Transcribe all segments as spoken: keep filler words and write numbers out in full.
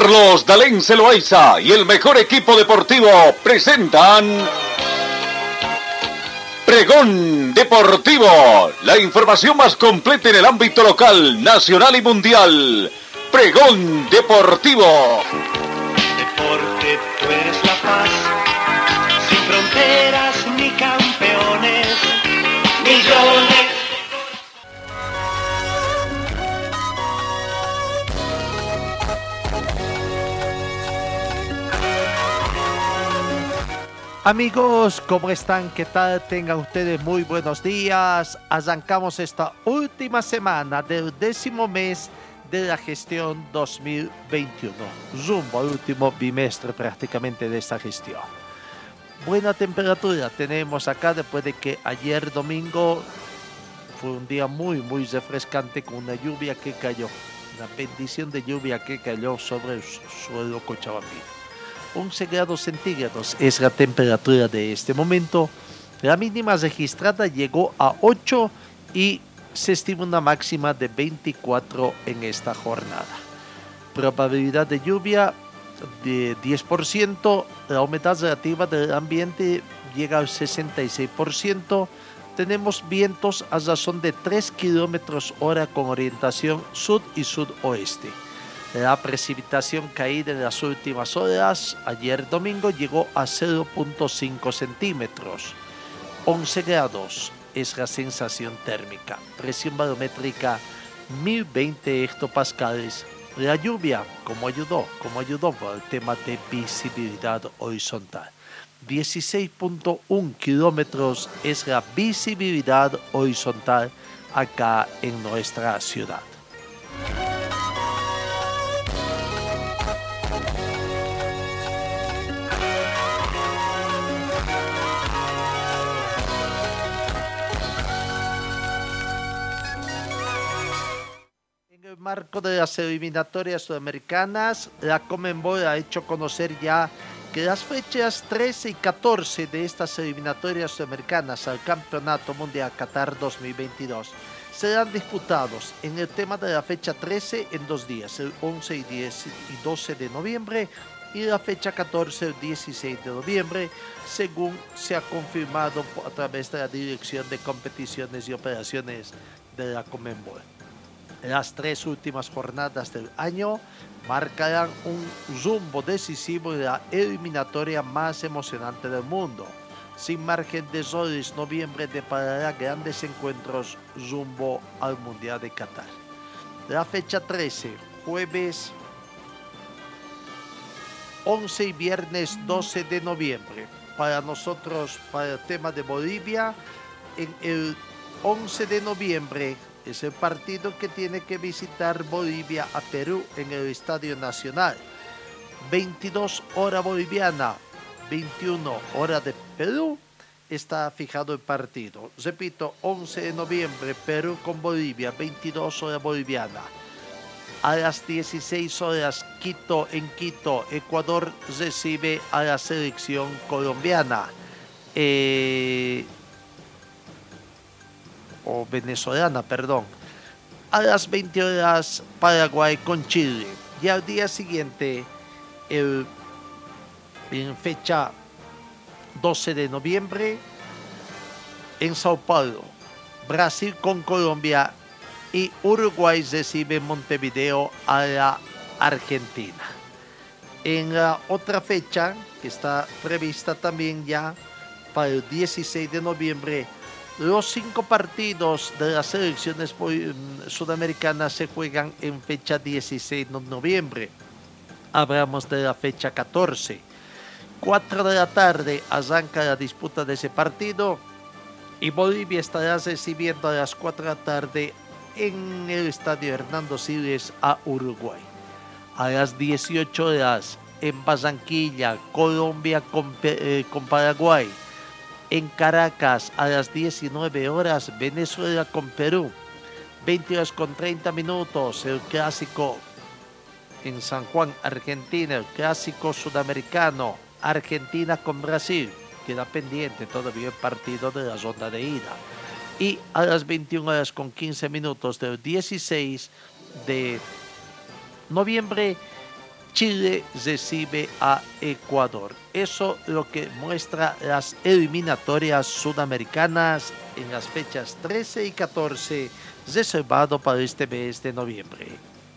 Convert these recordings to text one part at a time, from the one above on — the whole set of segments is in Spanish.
Carlos Dalén Celoaiza y el mejor equipo deportivo presentan Pregón Deportivo, la información más completa en el ámbito local, nacional y mundial. Pregón Deportivo. Deporte, tú eres la paz, sin fronteras ni campeones, millones. Amigos, ¿cómo están? ¿Qué tal? Tengan ustedes muy buenos días. Arrancamos esta última semana del décimo mes de la gestión dos mil veintiuno, rumbo al último bimestre prácticamente de esta gestión. Buena temperatura tenemos acá después de que ayer domingo fue un día muy muy refrescante con una lluvia que cayó, una bendición de lluvia que cayó sobre el suelo cochabambino. once grados centígrados es la temperatura de este momento. La mínima registrada llegó a ocho y se estima una máxima de veinticuatro en esta jornada. Probabilidad de lluvia de diez por ciento. La humedad relativa del ambiente llega al sesenta y seis por ciento. Tenemos vientos a razón de tres kilómetros hora con orientación sur y sudoeste. La precipitación caída en las últimas horas, ayer domingo, llegó a cero punto cinco centímetros. once grados es la sensación térmica. Presión barométrica mil veinte hectopascales. La lluvia, ¿cómo ayudó? ¿Cómo ayudó por el tema de visibilidad horizontal? dieciséis punto uno kilómetros es la visibilidad horizontal acá en nuestra ciudad. En el marco de las eliminatorias sudamericanas, la Conmebol ha hecho conocer ya que las fechas trece y catorce de estas eliminatorias sudamericanas al Campeonato Mundial Qatar dos mil veintidós serán disputados en el tema de la fecha trece en dos días, el once y diez y doce de noviembre, y la fecha catorce el dieciséis de noviembre, según se ha confirmado a través de la Dirección de Competiciones y Operaciones de la Conmebol. Las tres últimas jornadas del año marcarán un rumbo decisivo de la eliminatoria más emocionante del mundo. Sin margen de errores, noviembre deparará grandes encuentros rumbo al Mundial de Qatar. La fecha trece, jueves once y viernes doce de noviembre. Para nosotros, para el tema de Bolivia, en el once de noviembre es el partido que tiene que visitar Bolivia a Perú en el Estadio Nacional. veintidós hora boliviana, veintiuna hora de Perú, está fijado el partido. Repito, once de noviembre, Perú con Bolivia, veintidós hora boliviana. A las dieciséis horas, Quito, en Quito, Ecuador recibe a la selección colombiana. Eh... o venezolana, perdón. A las veinte horas, Paraguay con Chile. Y al día siguiente, el, en fecha doce de noviembre, en Sao Paulo, Brasil con Colombia y Uruguay recibe Montevideo a la Argentina. En la otra fecha, que está prevista también ya para el dieciséis de noviembre, los cinco partidos de las selecciones sudamericanas se juegan en fecha dieciséis de noviembre. Hablamos de la fecha catorce. cuatro de la tarde arranca la disputa de ese partido y Bolivia estará recibiendo a las cuatro de la tarde en el estadio Hernando Siles a Uruguay. A las dieciocho horas en Barranquilla, Colombia con, eh, con Paraguay. En Caracas, a las diecinueve horas, Venezuela con Perú. veinte horas con treinta minutos, el clásico en San Juan, Argentina, el clásico sudamericano, Argentina con Brasil. Queda pendiente todavía el partido de la ronda de ida. Y a las veintiuna horas con quince minutos del dieciséis de noviembre, Chile recibe a Ecuador. Eso es lo que muestra las eliminatorias sudamericanas en las fechas trece y catorce, reservado para este mes de noviembre.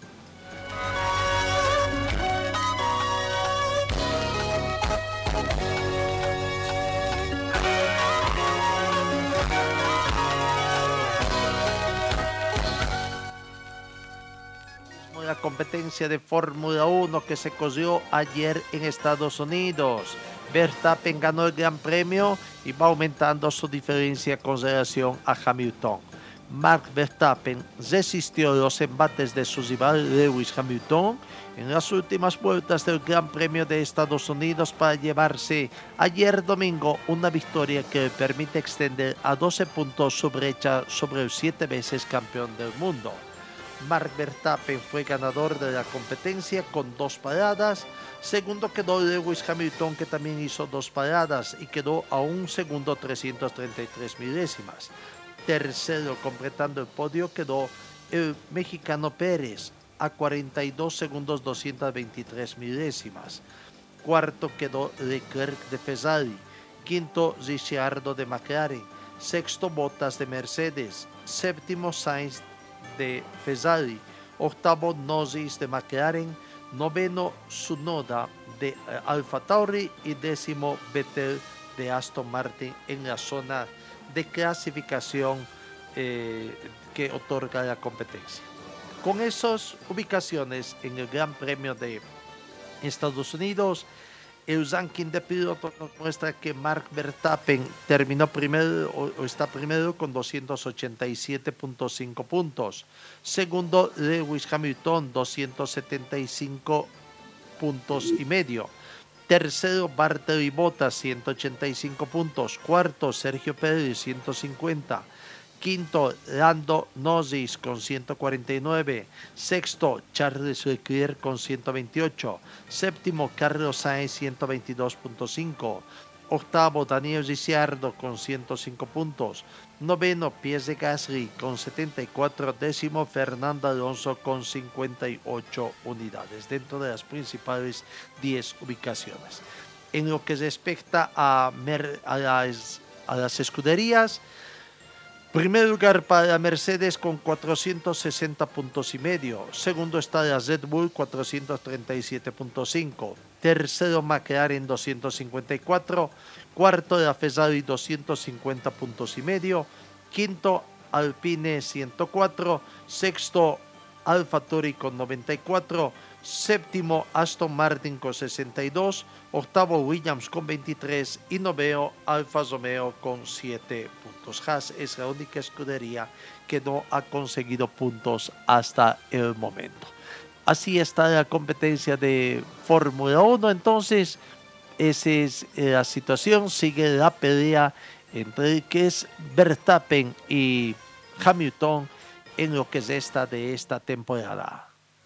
La competencia de Fórmula uno que se corrió ayer en Estados Unidos. Verstappen ganó el Gran Premio y va aumentando su diferencia con relación a Hamilton. Max Verstappen resistió los embates de su rival Lewis Hamilton en las últimas vueltas del Gran Premio de Estados Unidos para llevarse ayer domingo una victoria que le permite extender a doce puntos su brecha sobre el siete veces campeón del mundo. Max Verstappen fue ganador de la competencia con dos paradas. Segundo quedó Lewis Hamilton, que también hizo dos paradas y quedó a un segundo trescientos treinta y tres milésimas. Tercero, completando el podio, quedó el mexicano Pérez a cuarenta y dos segundos doscientos veintitrés milésimas. Cuarto quedó Leclerc de Ferrari. Quinto, Ricciardo de McLaren. Sexto, Bottas de Mercedes. Séptimo, Sainz de Ferrari. Octavo, Norris de McLaren. Noveno, Tsunoda de uh, Alfa Tauri. Y décimo, Vettel de Aston Martin en la zona de clasificación eh, que otorga la competencia. Con esas ubicaciones en el Gran Premio de Estados Unidos, el ranking de pilotos nos muestra que Max Verstappen terminó primero o, o está primero con doscientos ochenta y siete punto cinco puntos. Segundo, Lewis Hamilton, doscientos setenta y cinco puntos y medio. Tercero, Valtteri Bottas, ciento ochenta y cinco puntos. Cuarto, Sergio Pérez, ciento cincuenta. Quinto, Lando Norris con ciento cuarenta y nueve. Sexto, Charles Leclerc con ciento veintiocho. Séptimo, Carlos Sainz, ciento veintidós punto cinco. Octavo, Daniel Ricciardo con ciento cinco puntos. Noveno, Pierre Gasly con setenta y cuatro. Décimo, Fernando Alonso con cincuenta y ocho unidades dentro de las principales diez ubicaciones. En lo que respecta a, mer, a, las, a las escuderías, primer lugar para la Mercedes con cuatrocientos sesenta puntos y medio. Segundo está la Red Bull, cuatrocientos treinta y siete punto cinco. Tercero, McLaren, doscientos cincuenta y cuatro. Cuarto, la Ferrari, doscientos cincuenta puntos y medio. Quinto, Alpine, ciento cuatro. Sexto, Alfa Tauri con noventa y cuatro. Séptimo, Aston Martin con sesenta y dos. Octavo, Williams con veintitrés. Y noveno, Alfa Romeo con siete puntos. Haas es la única escudería que no ha conseguido puntos hasta el momento. Así está la competencia de Fórmula uno. Entonces, esa es la situación. Sigue la pelea entre el que es Verstappen y Hamilton en lo que resta de esta temporada.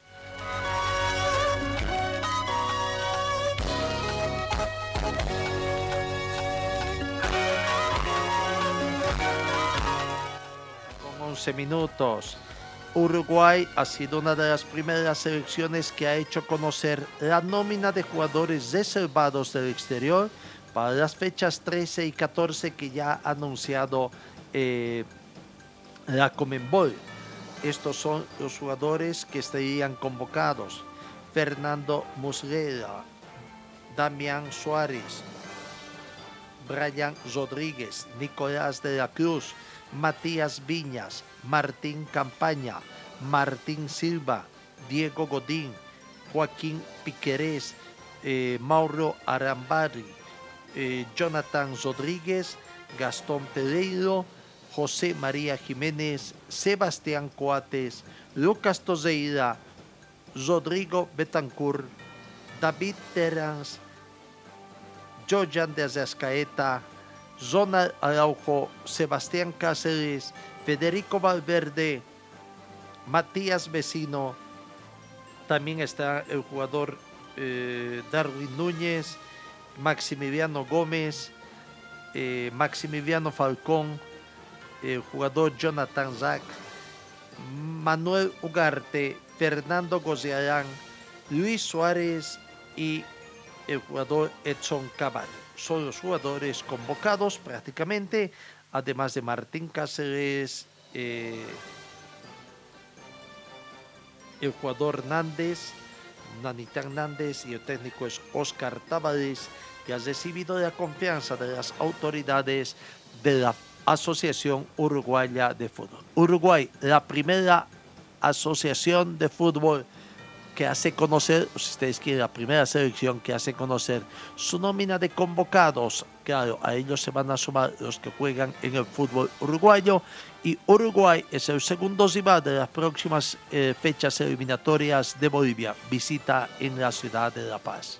Con once minutos. Uruguay ha sido una de las primeras selecciones que ha hecho conocer la nómina de jugadores reservados del exterior para las fechas trece y catorce que ya ha anunciado eh, la Conmebol. Estos son los jugadores que estarían convocados: Fernando Muslera, Damián Suárez, Brian Rodríguez, Nicolás de la Cruz, Matías Viñas, Martín Campaña, Martín Silva, Diego Godín, Joaquín Piquerés, eh, Mauro Arambari, eh, Jonathan Rodríguez, Gastón Pereiro, José María Jiménez, Sebastián Coates, Lucas Toseira, Rodrigo Betancourt, David Terrans, Joyan de Arrascaeta, Ronald Araujo, Sebastián Cáceres, Federico Valverde, Matías Vecino. También está el jugador eh, Darwin Núñez, Maximiliano Gómez, eh, Maximiliano Falcón, el jugador Jonathan Zack, Manuel Ugarte, Fernando Goziarán, Luis Suárez y el jugador Edson Cavani. Son los jugadores convocados prácticamente, además de Martín Cáceres, eh, el jugador Hernández, Nanita Hernández, y el técnico es Oscar Tavares, que ha recibido la confianza de las autoridades de la Asociación Uruguaya de Fútbol. Uruguay, la primera asociación de fútbol que hace conocer, si ustedes quieren, la primera selección que hace conocer su nómina de convocados. Claro, a ellos se van a sumar los que juegan en el fútbol uruguayo, y Uruguay es el segundo rival de las próximas eh, fechas eliminatorias de Bolivia. Visita en la ciudad de La Paz.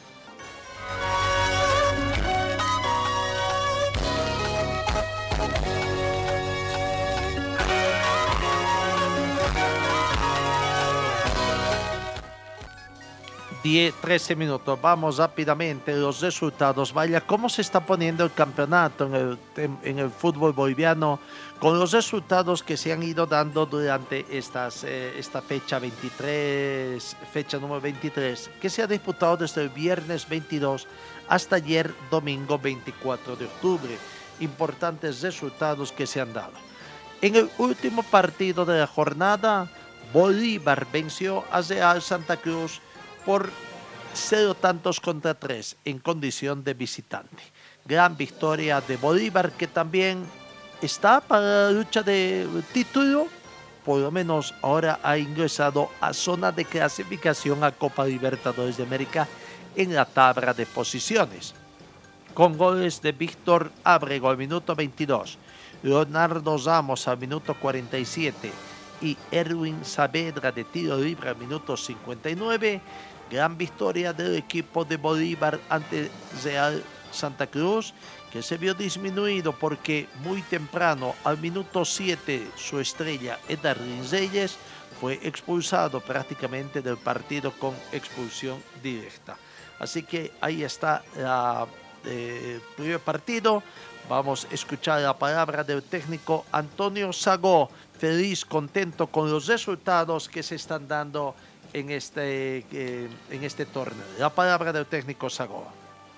diez, trece minutos. Vamos rápidamente los resultados. Vaya, ¿cómo se está poniendo el campeonato en el, en, en el fútbol boliviano? Con los resultados que se han ido dando durante estas, eh, esta fecha veintitrés, fecha número veintitrés, que se ha disputado desde el viernes veintidós hasta ayer domingo veinticuatro de octubre. Importantes resultados que se han dado. En el último partido de la jornada, Bolívar venció a Real Santa Cruz por cero tantos contra tres en condición de visitante. Gran victoria de Bolívar, que también está para la lucha de título. Por lo menos ahora ha ingresado a zona de clasificación a Copa Libertadores de América en la tabla de posiciones, con goles de Víctor Ábrego al minuto veintidós, Leonardo Ramos al minuto cuarenta y siete y Erwin Saavedra de tiro libre al minuto cincuenta y nueve. Gran victoria del equipo de Bolívar ante Real Santa Cruz, que se vio disminuido porque muy temprano, al minuto siete, su estrella Edarlin Reyes fue expulsado prácticamente del partido con expulsión directa. Así que ahí está la, eh, el primer partido. Vamos a escuchar la palabra del técnico Antonio Sagó, feliz, contento con los resultados que se están dando en este, eh, en este torneo. La palabra del técnico Sagó.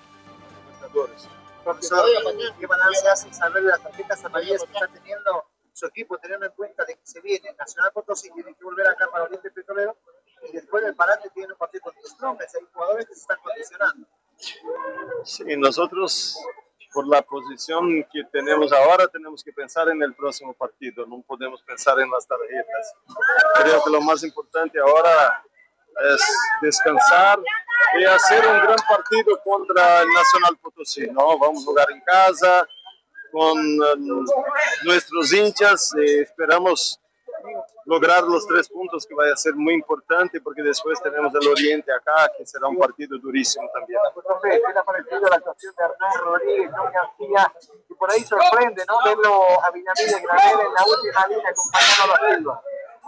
Profesor, ¿qué balance hace saber de las tarjetas amarillas que está teniendo su equipo, teniendo en cuenta de que se viene Nacional Potosí, tiene que volver acá para Oriente Petrolero, y después del parate tiene un partido contra Strongest? Hay jugadores que se están condicionando. Sí, nosotros, por la posición que tenemos ahora, tenemos que pensar en el próximo partido, no podemos pensar en las tarjetas. Creo que lo más importante ahora es descansar y hacer un gran partido contra el Nacional Potosí, ¿no? Vamos a jugar en casa con um, nuestros hinchas, eh, esperamos lograr los tres puntos, que va a ser muy importante, porque después tenemos el Oriente acá, que será un partido durísimo también. Profe, ¿qué le ha parecido la actuación de Hernán Rodríguez, John García? Y por ahí sorprende, ¿no?, verlo a Villamil y Granel en la última línea acompañando a Silva.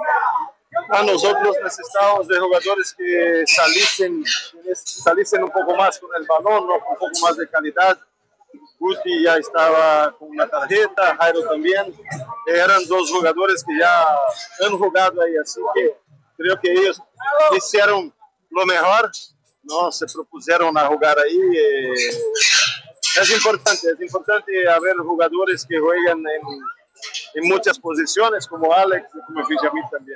A nosotros necesitamos de jugadores que saliesen, saliesen un poco más con el balón, ¿no?, un poco más de calidad. Guti ya estaba con una tarjeta, Jairo también. Eran dos jugadores que ya han jugado ahí, así que creo que ellos hicieron lo mejor, ¿no? Se propusieron a jugar ahí. Eh, es importante, es importante haber jugadores que juegan en, en muchas posiciones, como Alex y como Villamil también.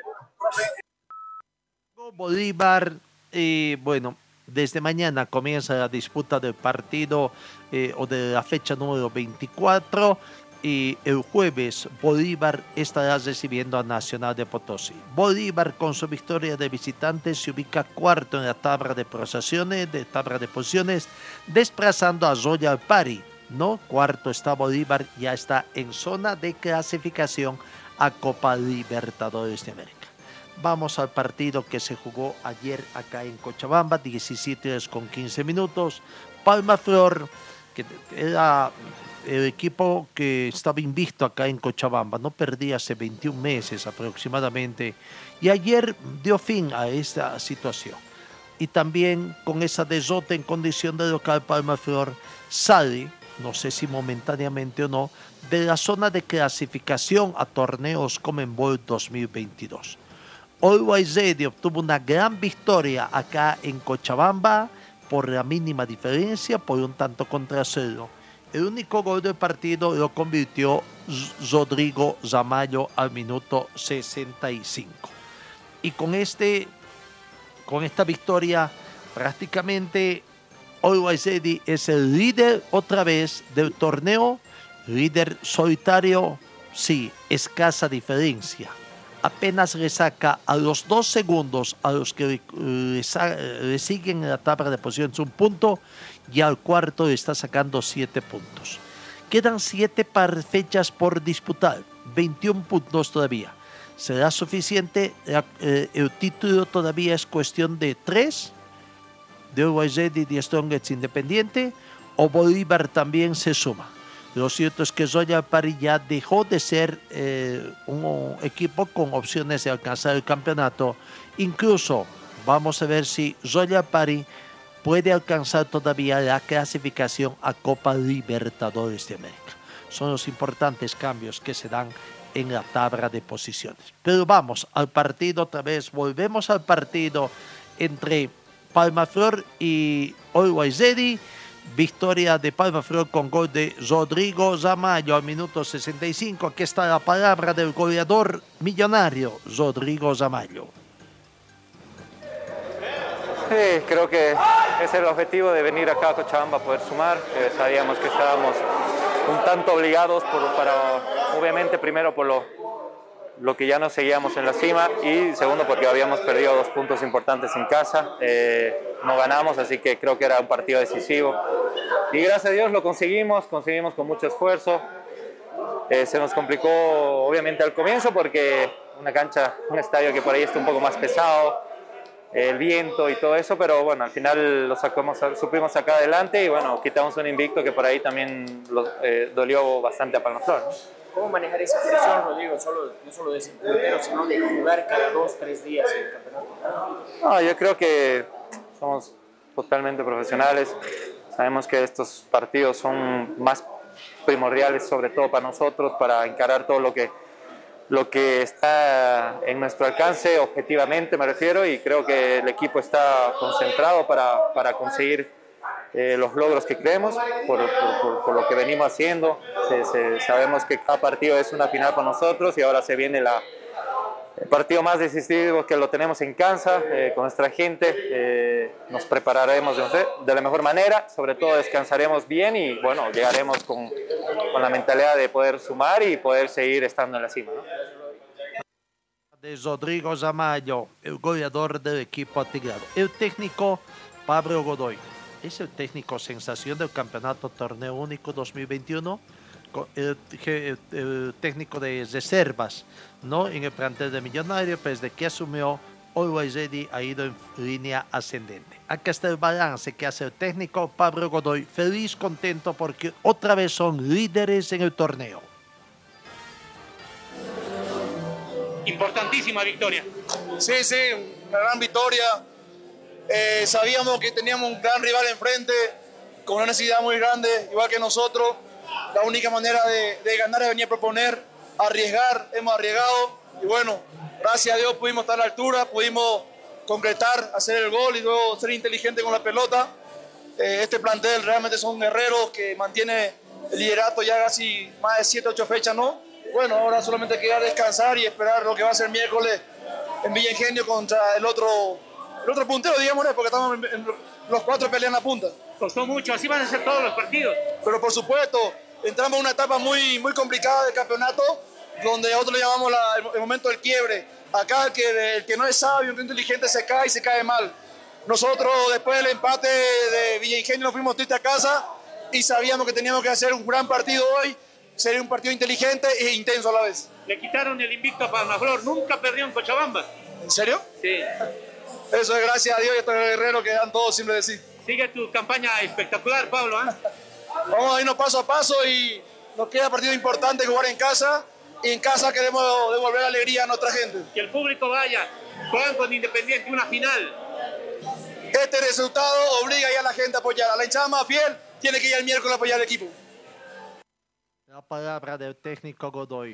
Bolívar, eh, bueno, desde mañana comienza la disputa del partido eh, o de la fecha número veinticuatro, y el jueves Bolívar estará recibiendo a Nacional de Potosí. Bolívar, con su victoria de visitantes, se ubica cuarto en la tabla de posiciones, de tabla de posiciones, desplazando a Royal Party, ¿no? Cuarto está Bolívar, ya está en zona de clasificación a Copa Libertadores de América. Vamos al partido que se jugó ayer acá en Cochabamba, diecisiete horas con quince minutos. Palma Flor, que era el equipo que estaba invicto acá en Cochabamba, no perdía hace veintiún meses aproximadamente, y ayer dio fin a esta situación. Y también con esa derrota en condición de local, Palma Flor sale, no sé si momentáneamente o no, de la zona de clasificación a torneos Conmebol dos mil veintidós. Always Ready obtuvo una gran victoria acá en Cochabamba por la mínima diferencia, por un tanto contra cero. El único gol del partido lo convirtió Rodrigo Zamayo al minuto sesenta y cinco. Y con, este, con esta victoria, prácticamente Always Ready es el líder otra vez del torneo, líder solitario, sí, escasa diferencia. Apenas le saca a los dos segundos a los que le, le, le siguen en la tabla de posiciones un punto, y al cuarto le está sacando siete puntos. Quedan siete fechas por disputar, veintiún puntos todavía. ¿Será suficiente? Eh, el título todavía es cuestión de tres, de Always Ready y Strongest Independiente, o Bolívar también se suma. Lo cierto es que Royal Party ya dejó de ser eh, un equipo con opciones de alcanzar el campeonato. Incluso vamos a ver si Royal Party puede alcanzar todavía la clasificación a Copa Libertadores de América. Son los importantes cambios que se dan en la tabla de posiciones. Pero vamos al partido otra vez. Volvemos al partido entre Palmaflor y Always Ready. Victoria de Palmaflor con gol de Rodrigo Zamayo al minuto sesenta y cinco. Aquí está la palabra del goleador millonario, Rodrigo Zamayo. Sí, creo que ese es el objetivo de venir acá a Cochabamba, poder sumar. Eh, sabíamos que estábamos un tanto obligados, por, para, obviamente primero por lo, lo que ya no seguíamos en la cima, y segundo porque habíamos perdido dos puntos importantes en casa. Eh, no ganamos, así que creo que era un partido decisivo. Y gracias a Dios lo conseguimos, conseguimos con mucho esfuerzo. Eh, se nos complicó obviamente al comienzo porque una cancha, un estadio que por ahí está un poco más pesado, el viento y todo eso, pero bueno, al final lo sacamos, supimos sacar adelante y bueno, quitamos un invicto que por ahí también lo, eh, dolió bastante a Palmaflor, ¿no? ¿Cómo manejar esa presión, Rodrigo? Solo, no solo de ese puntero, sino de jugar cada dos, tres días en el campeonato. No, yo creo que somos totalmente profesionales. Sabemos que estos partidos son más primordiales, sobre todo para nosotros, para encarar todo lo que, lo que está en nuestro alcance, objetivamente me refiero, y creo que el equipo está concentrado para, para conseguir eh, los logros que queremos, por, por, por, por lo que venimos haciendo. Se, se, sabemos que cada partido es una final para nosotros y ahora se viene la, el partido más decisivo, que lo tenemos en casa, eh, con nuestra gente. Eh, nos prepararemos de, de la mejor manera, sobre todo descansaremos bien y bueno, llegaremos con, con la mentalidad de poder sumar y poder seguir estando en la cima, ¿no? De Rodrigo Zamayo, el goleador del equipo atigrado. El técnico Pablo Godoy es el técnico sensación del campeonato Torneo Único dos mil veintiuno. El, el, el técnico de reservas, ¿no?, en el plantel de Millonario, pues desde que asumió Always Ready ha ido en línea ascendente. Acá está el balance que hace el técnico Pablo Godoy, feliz, contento porque otra vez son líderes en el torneo. Importantísima victoria. Sí, sí, una gran victoria. Eh, sabíamos que teníamos un gran rival enfrente, con una necesidad muy grande, igual que nosotros. La única manera de, de ganar es venir a proponer, arriesgar, hemos arriesgado y bueno, gracias a Dios pudimos estar a la altura, pudimos concretar, hacer el gol y luego ser inteligente con la pelota. Eh, este plantel realmente son guerreros que mantiene el liderato ya casi más de siete, ocho fechas, ¿no? Bueno, ahora solamente queda descansar y esperar lo que va a ser miércoles en Villa Ingenio contra el otro, el otro puntero, digamos, porque estamos en, en, los cuatro pelean la punta. Costó mucho, así van a ser todos los partidos. Pero por supuesto, entramos en una etapa muy, muy complicada del campeonato, donde nosotros le llamamos la, el, el momento del quiebre. Acá el que, el que no es sabio, el que es inteligente se cae y se cae mal. Nosotros después del empate de Villa Ingenio nos fuimos tristes a casa y sabíamos que teníamos que hacer un gran partido hoy. Sería un partido inteligente e intenso a la vez. Le quitaron el invicto a Palmaflor, nunca perdió en Cochabamba. ¿En serio? Sí. Eso es gracias a Dios y a estos guerreros que dan todo, siempre decir. Sigue tu campaña espectacular, Pablo, ¿eh? Vamos a irnos paso a paso y nos queda partido importante jugar en casa. Y en casa queremos devolver alegría a nuestra gente. Que el público vaya, juegan con Independiente, una final. Este resultado obliga ya a la gente a apoyar. A la hinchada más fiel tiene que ir el miércoles a apoyar al equipo. La palabra del técnico Godoy.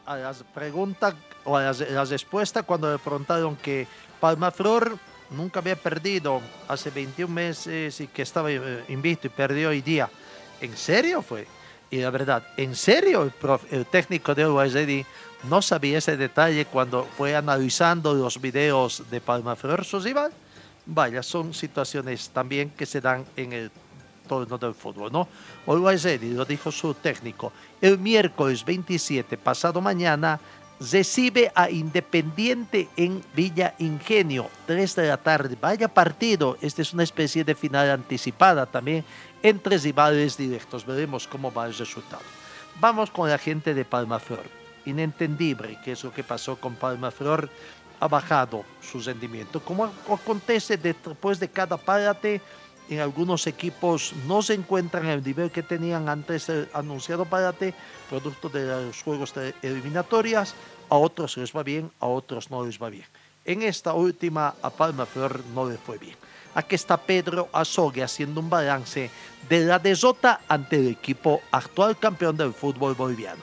a las preguntas o a las, las respuestas cuando le preguntaron que Palmaflor nunca había perdido hace veintiún meses y que estaba invicto y perdió hoy día. ¿En serio fue? Y la verdad, ¿en serio el, prof, el técnico de Always Ready no sabía ese detalle cuando fue analizando los videos de Palmaflor Sosíbal? Vaya, son situaciones también que se dan en el torno del fútbol, ¿no? Always Ready, lo dijo su técnico, el miércoles veintisiete, pasado mañana, recibe a Independiente en Villa Ingenio, tres de la tarde. Vaya partido, esta es una especie de final anticipada también entre rivales directos. Veremos cómo va el resultado. Vamos con la gente de Palmaflor. Inentendible qué es lo que pasó con Palmaflor. Ha bajado su rendimiento. Como acontece después de cada parate, en algunos equipos no se encuentran en el nivel que tenían antes del anunciado parate, producto de los juegos de eliminatorias. A otros les va bien, a otros no les va bien. En esta última, a Palmaflor no le fue bien. Aquí está Pedro Azogue haciendo un balance de la derrota ante el equipo actual campeón del fútbol boliviano.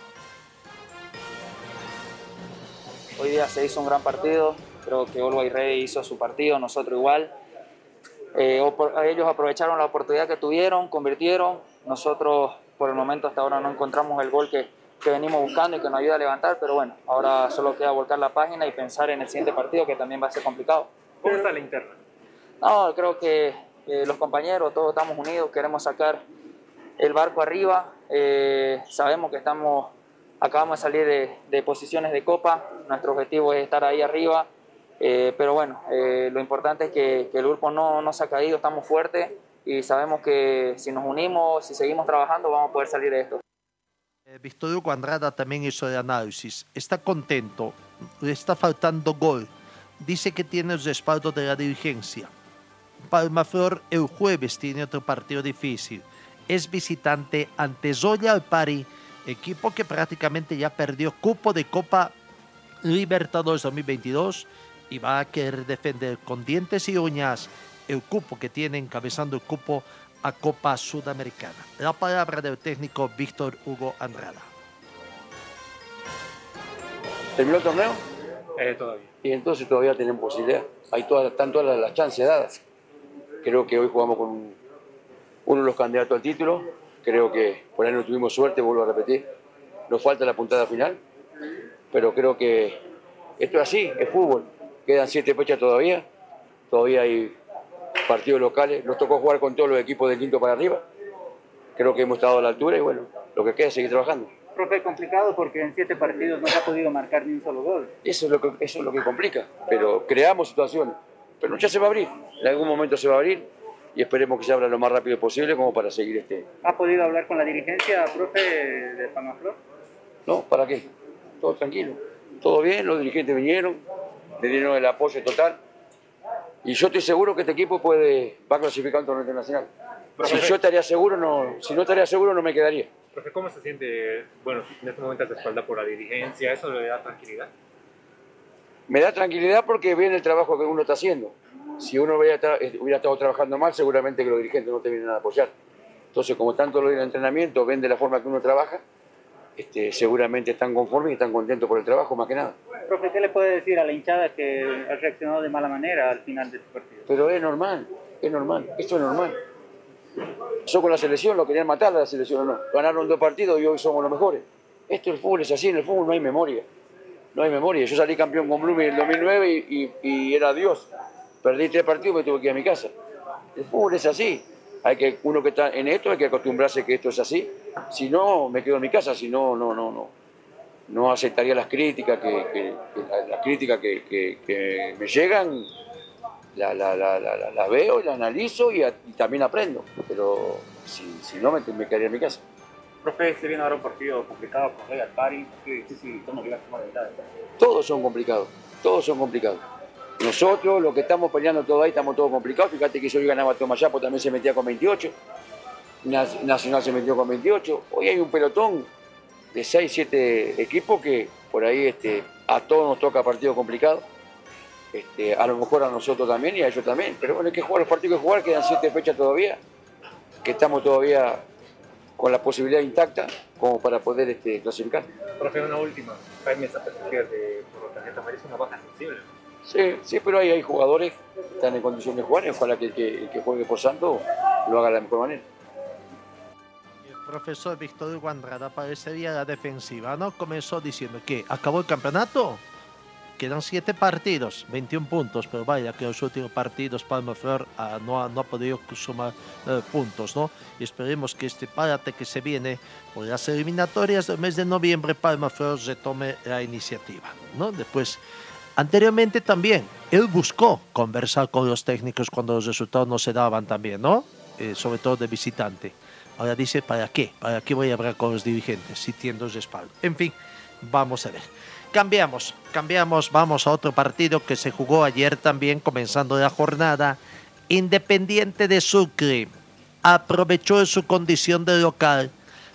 Hoy día se hizo un gran partido, creo que Always Ready hizo su partido, nosotros igual. Eh, ellos aprovecharon la oportunidad que tuvieron, convirtieron. Nosotros por el momento hasta ahora no encontramos el gol que, que venimos buscando y que nos ayuda a levantar, pero bueno, ahora solo queda volcar la página y pensar en el siguiente partido, que también va a ser complicado. ¿Cómo está la interna? No, creo que eh, los compañeros, todos estamos unidos, queremos sacar el barco arriba. Eh, sabemos que estamos, acabamos de salir de, de posiciones de Copa, nuestro objetivo es estar ahí arriba. Eh, pero bueno, eh, lo importante es que, que el grupo no, no se ha caído, estamos fuertes y sabemos que si nos unimos, si seguimos trabajando, vamos a poder salir de esto. Eh, Víctor Hugo Andrada también hizo el análisis. Está contento, le está faltando gol. Dice que tiene el respaldo de la dirigencia. Palmaflor el jueves tiene otro partido difícil. Es visitante ante Royal Party, equipo que prácticamente ya perdió cupo de Copa Libertadores dos mil veintidós. Y va a querer defender con dientes y uñas el cupo que tiene, encabezando el cupo a Copa Sudamericana. La palabra del técnico Víctor Hugo Andrada. ¿Terminó el torneo? Eh, todavía. Y entonces todavía tienen posibilidad. Hay todas, están todas las, las chances dadas. Creo que hoy jugamos con un, uno de los candidatos al título. Creo que por ahí no tuvimos suerte, vuelvo a repetir. Nos falta la puntada final. Pero creo que esto es así, es fútbol. Quedan siete fechas todavía, todavía hay partidos locales, nos tocó jugar con todos los equipos del quinto para arriba, creo que hemos estado a la altura y bueno, lo que queda es seguir trabajando. Profe, complicado porque en siete partidos no se ha podido marcar ni un solo gol. Eso es lo que, eso es lo que complica, pero creamos situaciones, pero ya se va a abrir, en algún momento se va a abrir y esperemos que se abra lo más rápido posible como para seguir este... ¿Ha podido hablar con la dirigencia, profe, de Palmaflor? No, ¿para qué? Todo tranquilo, todo bien, los dirigentes vinieron, le dieron el apoyo total y yo estoy seguro que este equipo puede va a clasificar al torneo internacional. Si yo estaría seguro, no, si no estaría seguro no me quedaría. Profe, ¿cómo se siente, bueno, en este momento respaldado por la dirigencia? ¿Eso le da tranquilidad? Me da tranquilidad porque viene el trabajo que uno está haciendo. Si uno hubiera, hubiera estado trabajando mal, seguramente que los dirigentes no te vienen a apoyar. Entonces, como tanto lo del entrenamiento, ven de la forma que uno trabaja, Este, seguramente están conformes y están contentos por el trabajo, más que nada. Profe, ¿qué le puede decir a la hinchada que ha reaccionado de mala manera al final de este partido? Pero es normal, es normal, esto es normal. Yo con la selección lo querían matar a la selección o no. Ganaron dos partidos y hoy somos los mejores. Esto el fútbol es así, en el fútbol no hay memoria. No hay memoria. Yo salí campeón con Blooming en el dos mil nueve y, y, y era Dios. Perdí tres partidos y me tuve que ir a mi casa. El fútbol es así. Hay que, uno que está en esto hay que acostumbrarse que esto es así. Si no, me quedo en mi casa. Si no, no, no, no. No aceptaría las críticas que, que, que las, las críticas que, que, que me llegan. Las la, la, la, la, la veo y las analizo y, a, y también aprendo. Pero si, si no, me, me quedaría en mi casa. Profe, se viene ahora un partido complicado con Royal Party. ¿Qué difícil? ¿Cómo le vas a tomar ventaja? Todos son complicados. Todos son complicados. Nosotros, los que estamos peleando todo ahí, estamos todos complicados. Fíjate que yo hoy ganaba Tomayapo, también se metía con veintiocho. Nacional se metió con veintiocho. Hoy hay un pelotón de seis, siete equipos que por ahí este, a todos nos toca partidos complicados. Este, a lo mejor a nosotros también y a ellos también. Pero bueno, hay que jugar los partidos que jugar, quedan siete fechas todavía. Que estamos todavía con la posibilidad intacta. como para poder este, clasificar. Profe, una última. Jaime Zapata se pierde por tarjeta amarilla, es una baja sensible. Sí, sí, pero hay, hay jugadores que están en condición de jugar y ojalá que el que, el que juegue por Santos lo haga de la mejor manera. El profesor Víctor Hugo Andrada parecería la defensiva, ¿no? Comenzó diciendo que acabó el campeonato, quedan siete partidos, veintiún puntos, pero vaya que los últimos partidos Palma Flor uh, no, ha, no ha podido sumar uh, puntos, ¿no? Y esperemos que este parate que se viene por las eliminatorias del mes de noviembre, Palma Flor retome la iniciativa, ¿no? Después, anteriormente también, él buscó conversar con los técnicos cuando los resultados no se daban también, ¿no? Eh, sobre todo de visitante. Ahora dice, ¿para qué? ¿Para qué voy a hablar con los dirigentes si tiendo respaldo? En fin, vamos a ver. Cambiamos, cambiamos, vamos a otro partido que se jugó ayer también, comenzando la jornada. Independiente de Sucre aprovechó su condición de local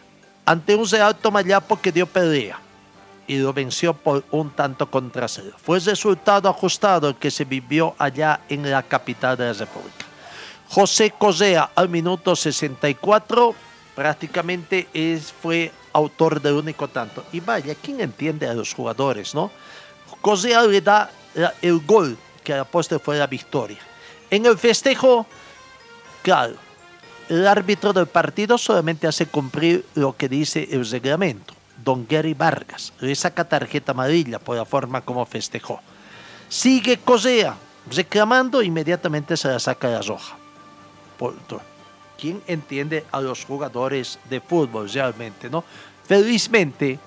ante un Real Tomayapo que dio pelea y lo venció por un tanto contra cero. Fue el resultado ajustado el que se vivió allá en la capital de la República. José Correa al minuto sesenta y cuatro prácticamente es, fue autor del único tanto. Y vaya, ¿quién entiende a los jugadores, no? Correa le da la, el gol que a la postre fue la victoria. En el festejo, claro, el árbitro del partido solamente hace cumplir lo que dice el reglamento. Don Gary Vargas le saca tarjeta amarilla por la forma como festejó. Sigue Correa reclamando, inmediatamente se la saca la roja. Por, ¿quién entiende a los jugadores de fútbol realmente, no? Felizmente,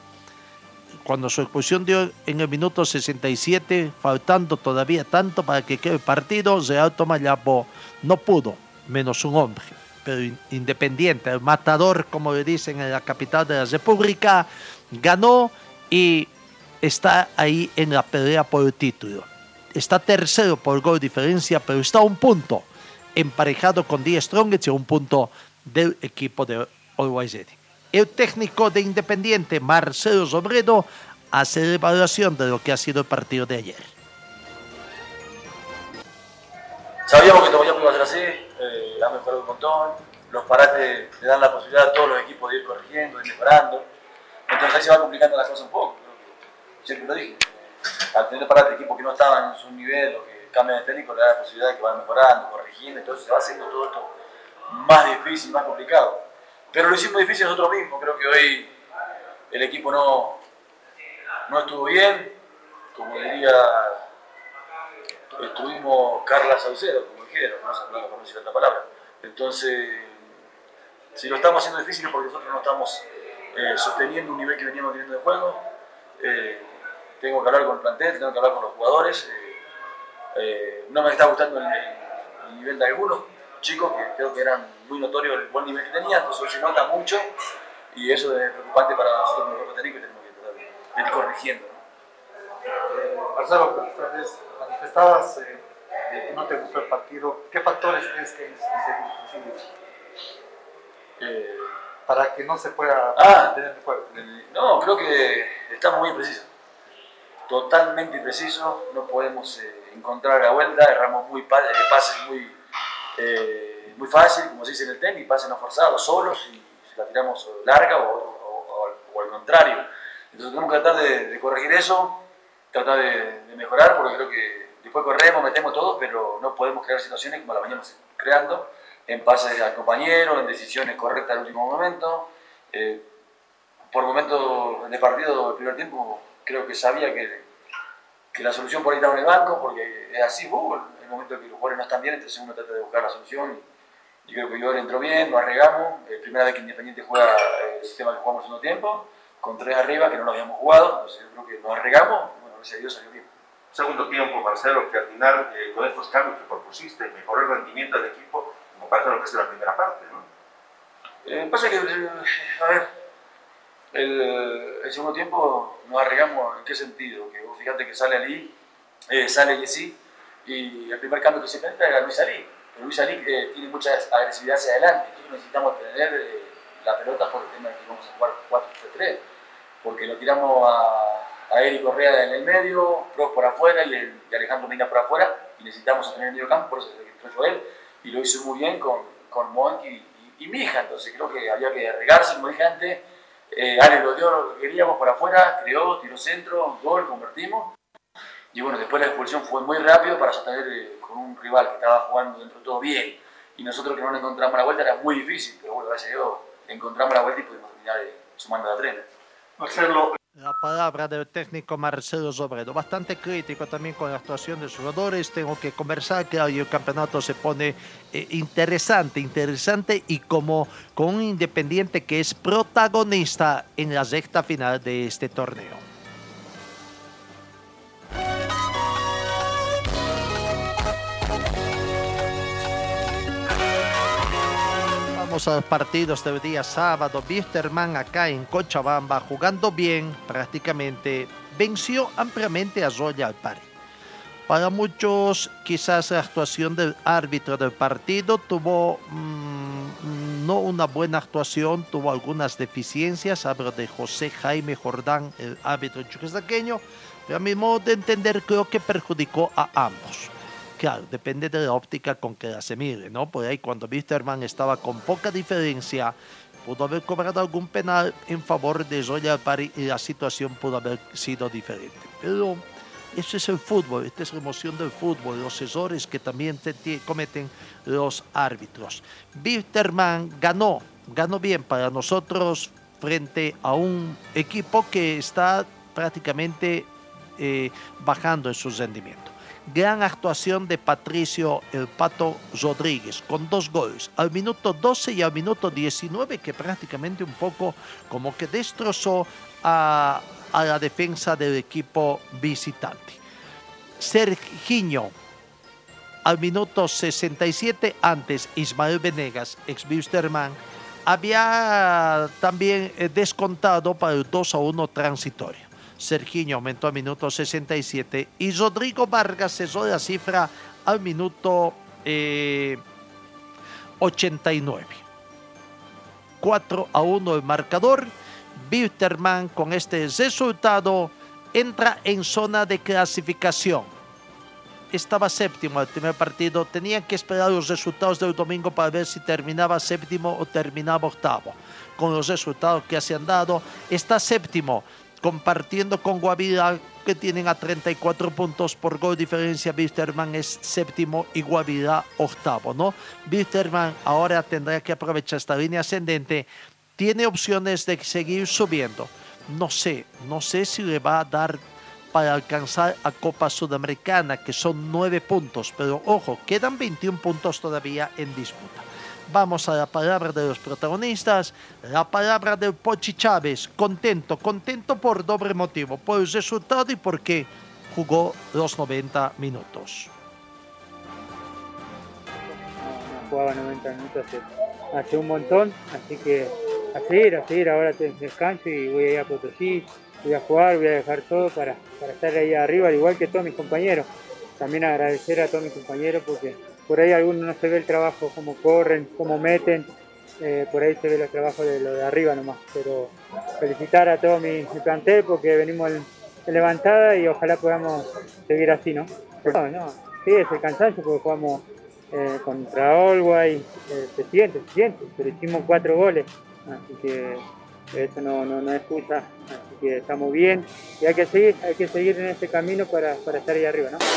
cuando su expulsión dio en el minuto sesenta y siete, faltando todavía tanto para que quede el partido, Real Tomayapo no pudo, menos un hombre. Pero Independiente, el matador, como le dicen en la capital de la República, ganó y está ahí en la pelea por el título. Está tercero por gol diferencia, pero está a un punto, emparejado con Die Strongest y a un punto del equipo de Always Ready. El técnico de Independiente, Marcelo Robredo, hace la evaluación de lo que ha sido el partido de ayer. Sabíamos que Tomayapo iba a ser así, eh, ha mejorado un montón, los parates le dan la posibilidad a todos los equipos de ir corrigiendo, de ir mejorando, entonces ahí se va complicando la cosa un poco, pero siempre lo dije, al tener parates de equipos que no estaban en su nivel o que cambian de técnico le da la posibilidad de que van mejorando, corrigiendo, entonces se va haciendo todo esto más difícil, más complicado. Pero lo hicimos difícil nosotros mismos, creo que hoy el equipo no, no estuvo bien, como diría, estuvimos Carla Saucedo, como dijeron, no sé no conocer esta palabra. Entonces, si lo estamos haciendo difícil es porque nosotros no estamos eh, sosteniendo un nivel que veníamos teniendo de juego. Eh, tengo que hablar con el plantel, tengo que hablar con los jugadores. Eh, eh, no me está gustando el, el nivel de algunos chicos que creo que eran muy notorios el buen nivel que tenían, entonces hoy se nota mucho y eso es preocupante para nosotros como cuerpo técnico y tenemos que tratar de ir corrigiendo, ¿no? Eh, Marcelo, esta vez manifestabas eh, que no te gustó el partido. ¿Qué factores crees que inciden eh, para que no se pueda ah, tener el juego? No, creo que estamos muy imprecisos, totalmente imprecisos, no podemos eh, encontrar la vuelta, erramos muy pa pases muy Eh, muy fácil, como se dice en el tenis, pases no forzados, solos, y si la tiramos larga o, o, o, o al contrario. Entonces tenemos que tratar de, de corregir eso, tratar de, de mejorar, porque creo que después corremos, metemos todo, pero no podemos crear situaciones como las veníamos creando, en pases al compañero, en decisiones correctas al último momento. Eh, por momentos de partido del primer tiempo, creo que sabía que, que la solución por ahí estaba en el banco, porque es así, fútbol. En el momento que los jugadores no están bien, entonces uno trata de buscar la solución y, y creo que Llor entró bien, nos arregamos, eh, primera vez que Independiente juega eh, el sistema que jugamos en un tiempo, con tres arriba que no lo habíamos jugado, entonces yo creo que nos arregamos, bueno, gracias a Dios salió bien. Segundo tiempo, Marcelo, que al final eh, con estos cambios que propusiste mejoró el rendimiento del equipo, como parece lo que es la primera parte, ¿no? Eh, pasa que, eh, a ver, el, el segundo tiempo nos arregamos, ¿en qué sentido? Que vos fíjate que sale Ali, eh, sale Yesí, y el primer cambio que se penetra era Luis Ali. Pero Luis Ali eh, tiene mucha agresividad hacia adelante. Nosotros necesitamos tener eh, la pelota por el tema de que vamos a jugar cuatro tres tres. Porque lo tiramos a, a Eric Correa en el medio, Pros por afuera y, el, y Alejandro Medina por afuera. Y necesitamos tener el medio campo, por eso se entró él. Y lo hizo muy bien con, con Monk y, y, y Mija. Entonces creo que había que regarse, como dije antes, Eh, Ale lo dio lo que queríamos por afuera, creó, tiró centro, gol, convertimos. Y bueno, después la expulsión fue muy rápido para sostener eh, con un rival que estaba jugando dentro de todo bien. Y nosotros que no le encontramos la vuelta era muy difícil, pero bueno, gracias a Dios encontramos la vuelta y pudimos terminar eh, sumando la trena. Marcelo. La palabra del técnico Marcelo Sobredo, bastante crítico también con la actuación de los jugadores. Tengo que conversar, claro, y el campeonato se pone eh, interesante, interesante y como con un Independiente que es protagonista en la recta final de este torneo. Vamos a los partidos del día sábado. Wilstermann acá en Cochabamba jugando bien, prácticamente venció ampliamente a Royal Party. Para muchos quizás la actuación del árbitro del partido tuvo mmm, no una buena actuación, tuvo algunas deficiencias. Hablo de José Jaime Jordán, el árbitro chuquisaqueño, pero a mi modo de entender creo que perjudicó a ambos. Claro, depende de la óptica con que la se mire, ¿no? Por ahí cuando Wilstermann estaba con poca diferencia, pudo haber cobrado algún penal en favor de Royal Party y la situación pudo haber sido diferente. Pero eso es el fútbol, esta es la emoción del fútbol, los errores que también cometen los árbitros. Wilstermann ganó, ganó bien para nosotros frente a un equipo que está prácticamente eh, bajando en su rendimiento. Gran actuación de Patricio el Pato Rodríguez con dos goles al minuto doce y al minuto diecinueve, que prácticamente un poco como que destrozó a, a la defensa del equipo visitante. Serginho al minuto sesenta y siete, antes Ismael Venegas, ex Wilstermann, había también descontado para el dos a uno transitorio. Serginho aumentó al minuto sesenta y siete y Rodrigo Vargas cesó la cifra al minuto eh, ochenta y nueve. cuatro a uno el marcador. Wilstermann con este resultado entra en zona de clasificación. Estaba séptimo al primer partido, tenían que esperar los resultados del domingo para ver si terminaba séptimo o terminaba octavo. Con los resultados que se han dado, está séptimo, compartiendo con Guavirá, que tienen a treinta y cuatro puntos por gol diferencia. Wilstermann es séptimo y Guavirá octavo, ¿no? Wilstermann ahora tendrá que aprovechar esta línea ascendente. Tiene opciones de seguir subiendo. No sé, no sé si le va a dar para alcanzar a Copa Sudamericana, que son nueve puntos, pero ojo, quedan veintiún puntos todavía en disputa. Vamos a la palabra de los protagonistas, la palabra del Pochi Chávez, contento, contento por doble motivo, por el resultado y porque jugó los noventa minutos. No jugaba noventa minutos hace, hace un montón, así que a seguir, a seguir, ahora descanso y voy a ir a Potosí, voy a jugar, voy a dejar todo para, para estar ahí arriba, al igual que todos mis compañeros. También agradecer a todos mis compañeros porque por ahí algunos no se ve el trabajo, cómo corren, cómo meten, eh, por ahí se ve el trabajo de lo de arriba nomás, pero felicitar a todo mi, mi plantel porque venimos en, en levantada y ojalá podamos seguir así, ¿no? No, no, sí, es el cansancio porque jugamos eh, contra Olguay, eh, se siente, se siente, pero hicimos cuatro goles, así que eso no, no, no es excusa, así que estamos bien y hay que seguir, hay que seguir en este camino para, para estar ahí arriba, ¿no?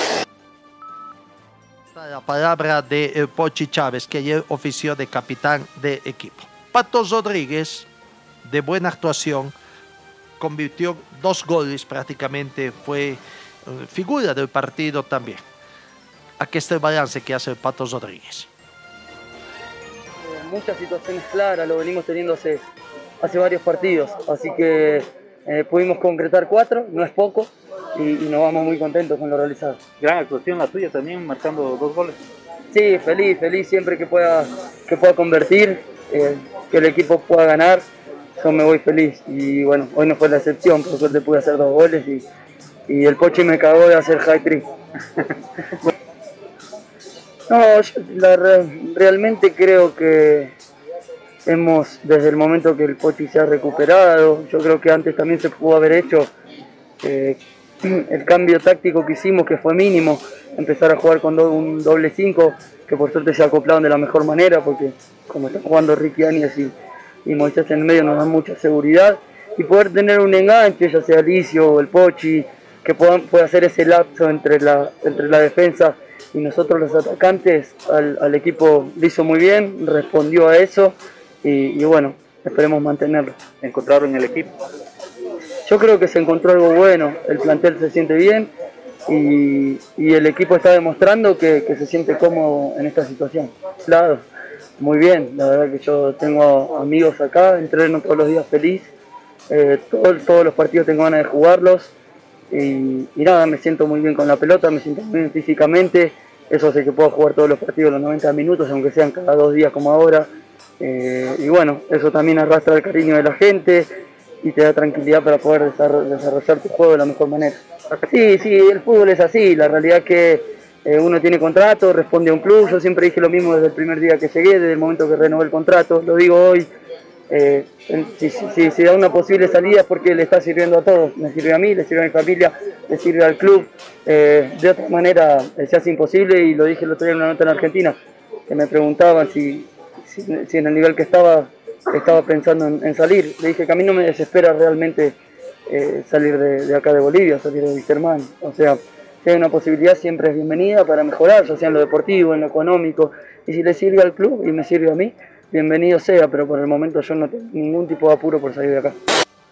La palabra de el Pochi Chávez, que ayer ofició de capitán de equipo. Pato Rodríguez, de buena actuación, convirtió dos goles, prácticamente fue uh, figura del partido también. Aquí está el balance que hace el Pato Rodríguez. Eh, muchas situaciones claras, lo venimos teniendo hace, hace varios partidos, así que eh, pudimos concretar cuatro, no es poco. Y, y nos vamos muy contentos con lo realizado. Gran actuación la tuya también, marcando dos goles. Sí, feliz, feliz siempre que pueda, que pueda convertir, eh, que el equipo pueda ganar, yo me voy feliz. Y bueno, hoy no fue la excepción, por suerte pude hacer dos goles y, y el Pochi me cagó de hacer hat-trick. No, yo la, realmente creo que hemos, desde el momento que el Pochi se ha recuperado, yo creo que antes también se pudo haber hecho eh, el cambio táctico que hicimos, que fue mínimo, empezar a jugar con do, un doble cinco, que por suerte se acoplaron de la mejor manera, porque como están jugando Ricky Áñez y, y Moisés en el medio nos da mucha seguridad, y poder tener un enganche, ya sea Alicio o el Pochi, que puedan, pueda hacer ese lapso entre la, entre la defensa y nosotros los atacantes, al, al equipo lo hizo muy bien, respondió a eso, y, y bueno, esperemos mantenerlo. ¿Encontraron el equipo? Yo creo que se encontró algo bueno, el plantel se siente bien, y, y el equipo está demostrando que, que se siente cómodo en esta situación. Claro, muy bien, la verdad que yo tengo amigos acá, entreno todos los días feliz, eh, todo, todos los partidos tengo ganas de jugarlos, y, y nada, me siento muy bien con la pelota, me siento muy bien físicamente, eso hace que pueda jugar todos los partidos los noventa minutos, aunque sean cada dos días como ahora, eh, y bueno, eso también arrastra el cariño de la gente y te da tranquilidad para poder desarrollar tu juego de la mejor manera. Sí, sí, el fútbol es así, la realidad es que eh, uno tiene contrato, responde a un club, yo siempre dije lo mismo desde el primer día que llegué, desde el momento que renové el contrato, lo digo hoy, eh, si, si, si, si da una posible salida es porque le está sirviendo a todos, me sirve a mí, le sirve a mi familia, le sirve al club, eh, de otra manera eh, se hace imposible, y lo dije el otro día en una nota en Argentina, que me preguntaban si, si, si en el nivel que estaba, estaba pensando en, en salir, le dije que a mí no me desespera realmente eh, salir de, de acá de Bolivia, salir de Wisterman, o sea, si hay una posibilidad siempre es bienvenida para mejorar, ya sea en lo deportivo, en lo económico, y si le sirve al club y me sirve a mí, bienvenido sea, pero por el momento yo no tengo ningún tipo de apuro por salir de acá.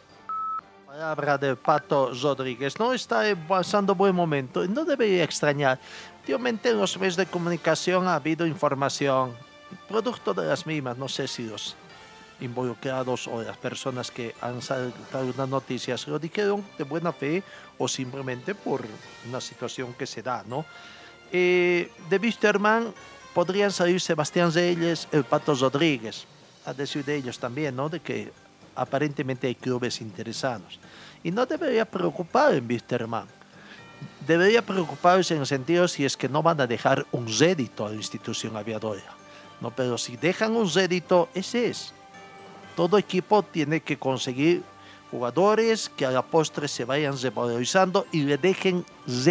Palabra del Pato Rodríguez, no está pasando buen momento, no debería extrañar. Últimamente en los medios de comunicación ha habido información, producto de las mismas, no sé si los involucrados o las personas que han saltado unas noticias lo dijeron de buena fe o simplemente por una situación que se da, ¿no? Eh, de Wisterman podrían salir Sebastián Reyes, el Pato Rodríguez, a decir de ellos también, ¿no? De que aparentemente hay clubes interesados. Y no debería preocupar en Wisterman. Debería preocuparse en el sentido si es que no van a dejar un rédito a la institución aviadora. No, pero si dejan un rédito, ese es. Todo equipo tiene que conseguir jugadores que a la postre se vayan revalorizando y le dejen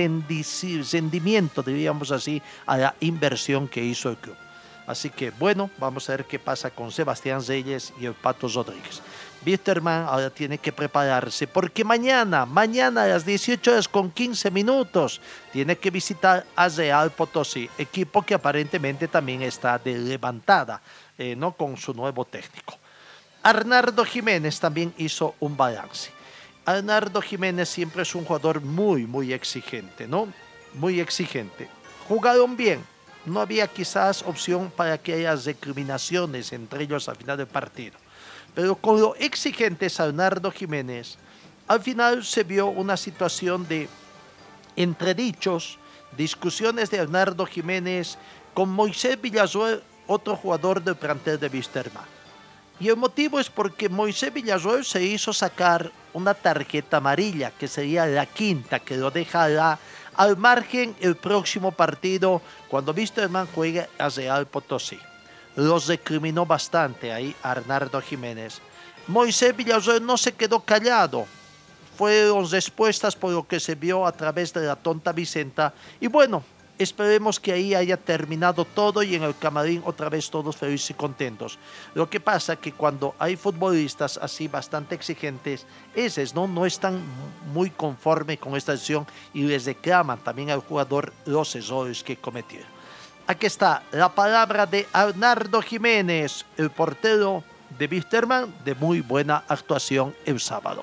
rendimiento, diríamos así, a la inversión que hizo el club. Así que bueno, vamos a ver qué pasa con Sebastián Reyes y el Pato Rodríguez. Wisterman ahora tiene que prepararse porque mañana, mañana a las dieciocho horas con quince minutos, tiene que visitar a Real Potosí, equipo que aparentemente también está de levantada, eh, ¿no? Con su nuevo técnico. Arnaldo Jiménez también hizo un balance. Arnaldo Jiménez siempre es un jugador muy, muy exigente, ¿no? Muy exigente. Jugaron bien. No había quizás opción para que haya recriminaciones entre ellos al final del partido. Pero con lo exigente es Arnaldo Jiménez, al final se vio una situación de entredichos, discusiones de Arnaldo Jiménez con Moisés Villarroel, otro jugador del plantel de Wisterman. Y el motivo es porque Moisés Villarroel se hizo sacar una tarjeta amarilla, que sería la quinta, que lo dejará al margen el próximo partido cuando Wisterman juegue a Real Potosí. Los recriminó bastante ahí Arnaldo Jiménez. Moisés Villarroel no se quedó callado. Fueron respuestas por lo que se vio a través de la tonta Vicenta. Y bueno, esperemos que ahí haya terminado todo y en el camarín otra vez todos felices y contentos. Lo que pasa es que cuando hay futbolistas así bastante exigentes, esos no, no están muy conformes con esta decisión y les reclaman también al jugador los errores que cometieron. Aquí está la palabra de Arnaldo Jiménez, el portero de Wisterman, de muy buena actuación el sábado.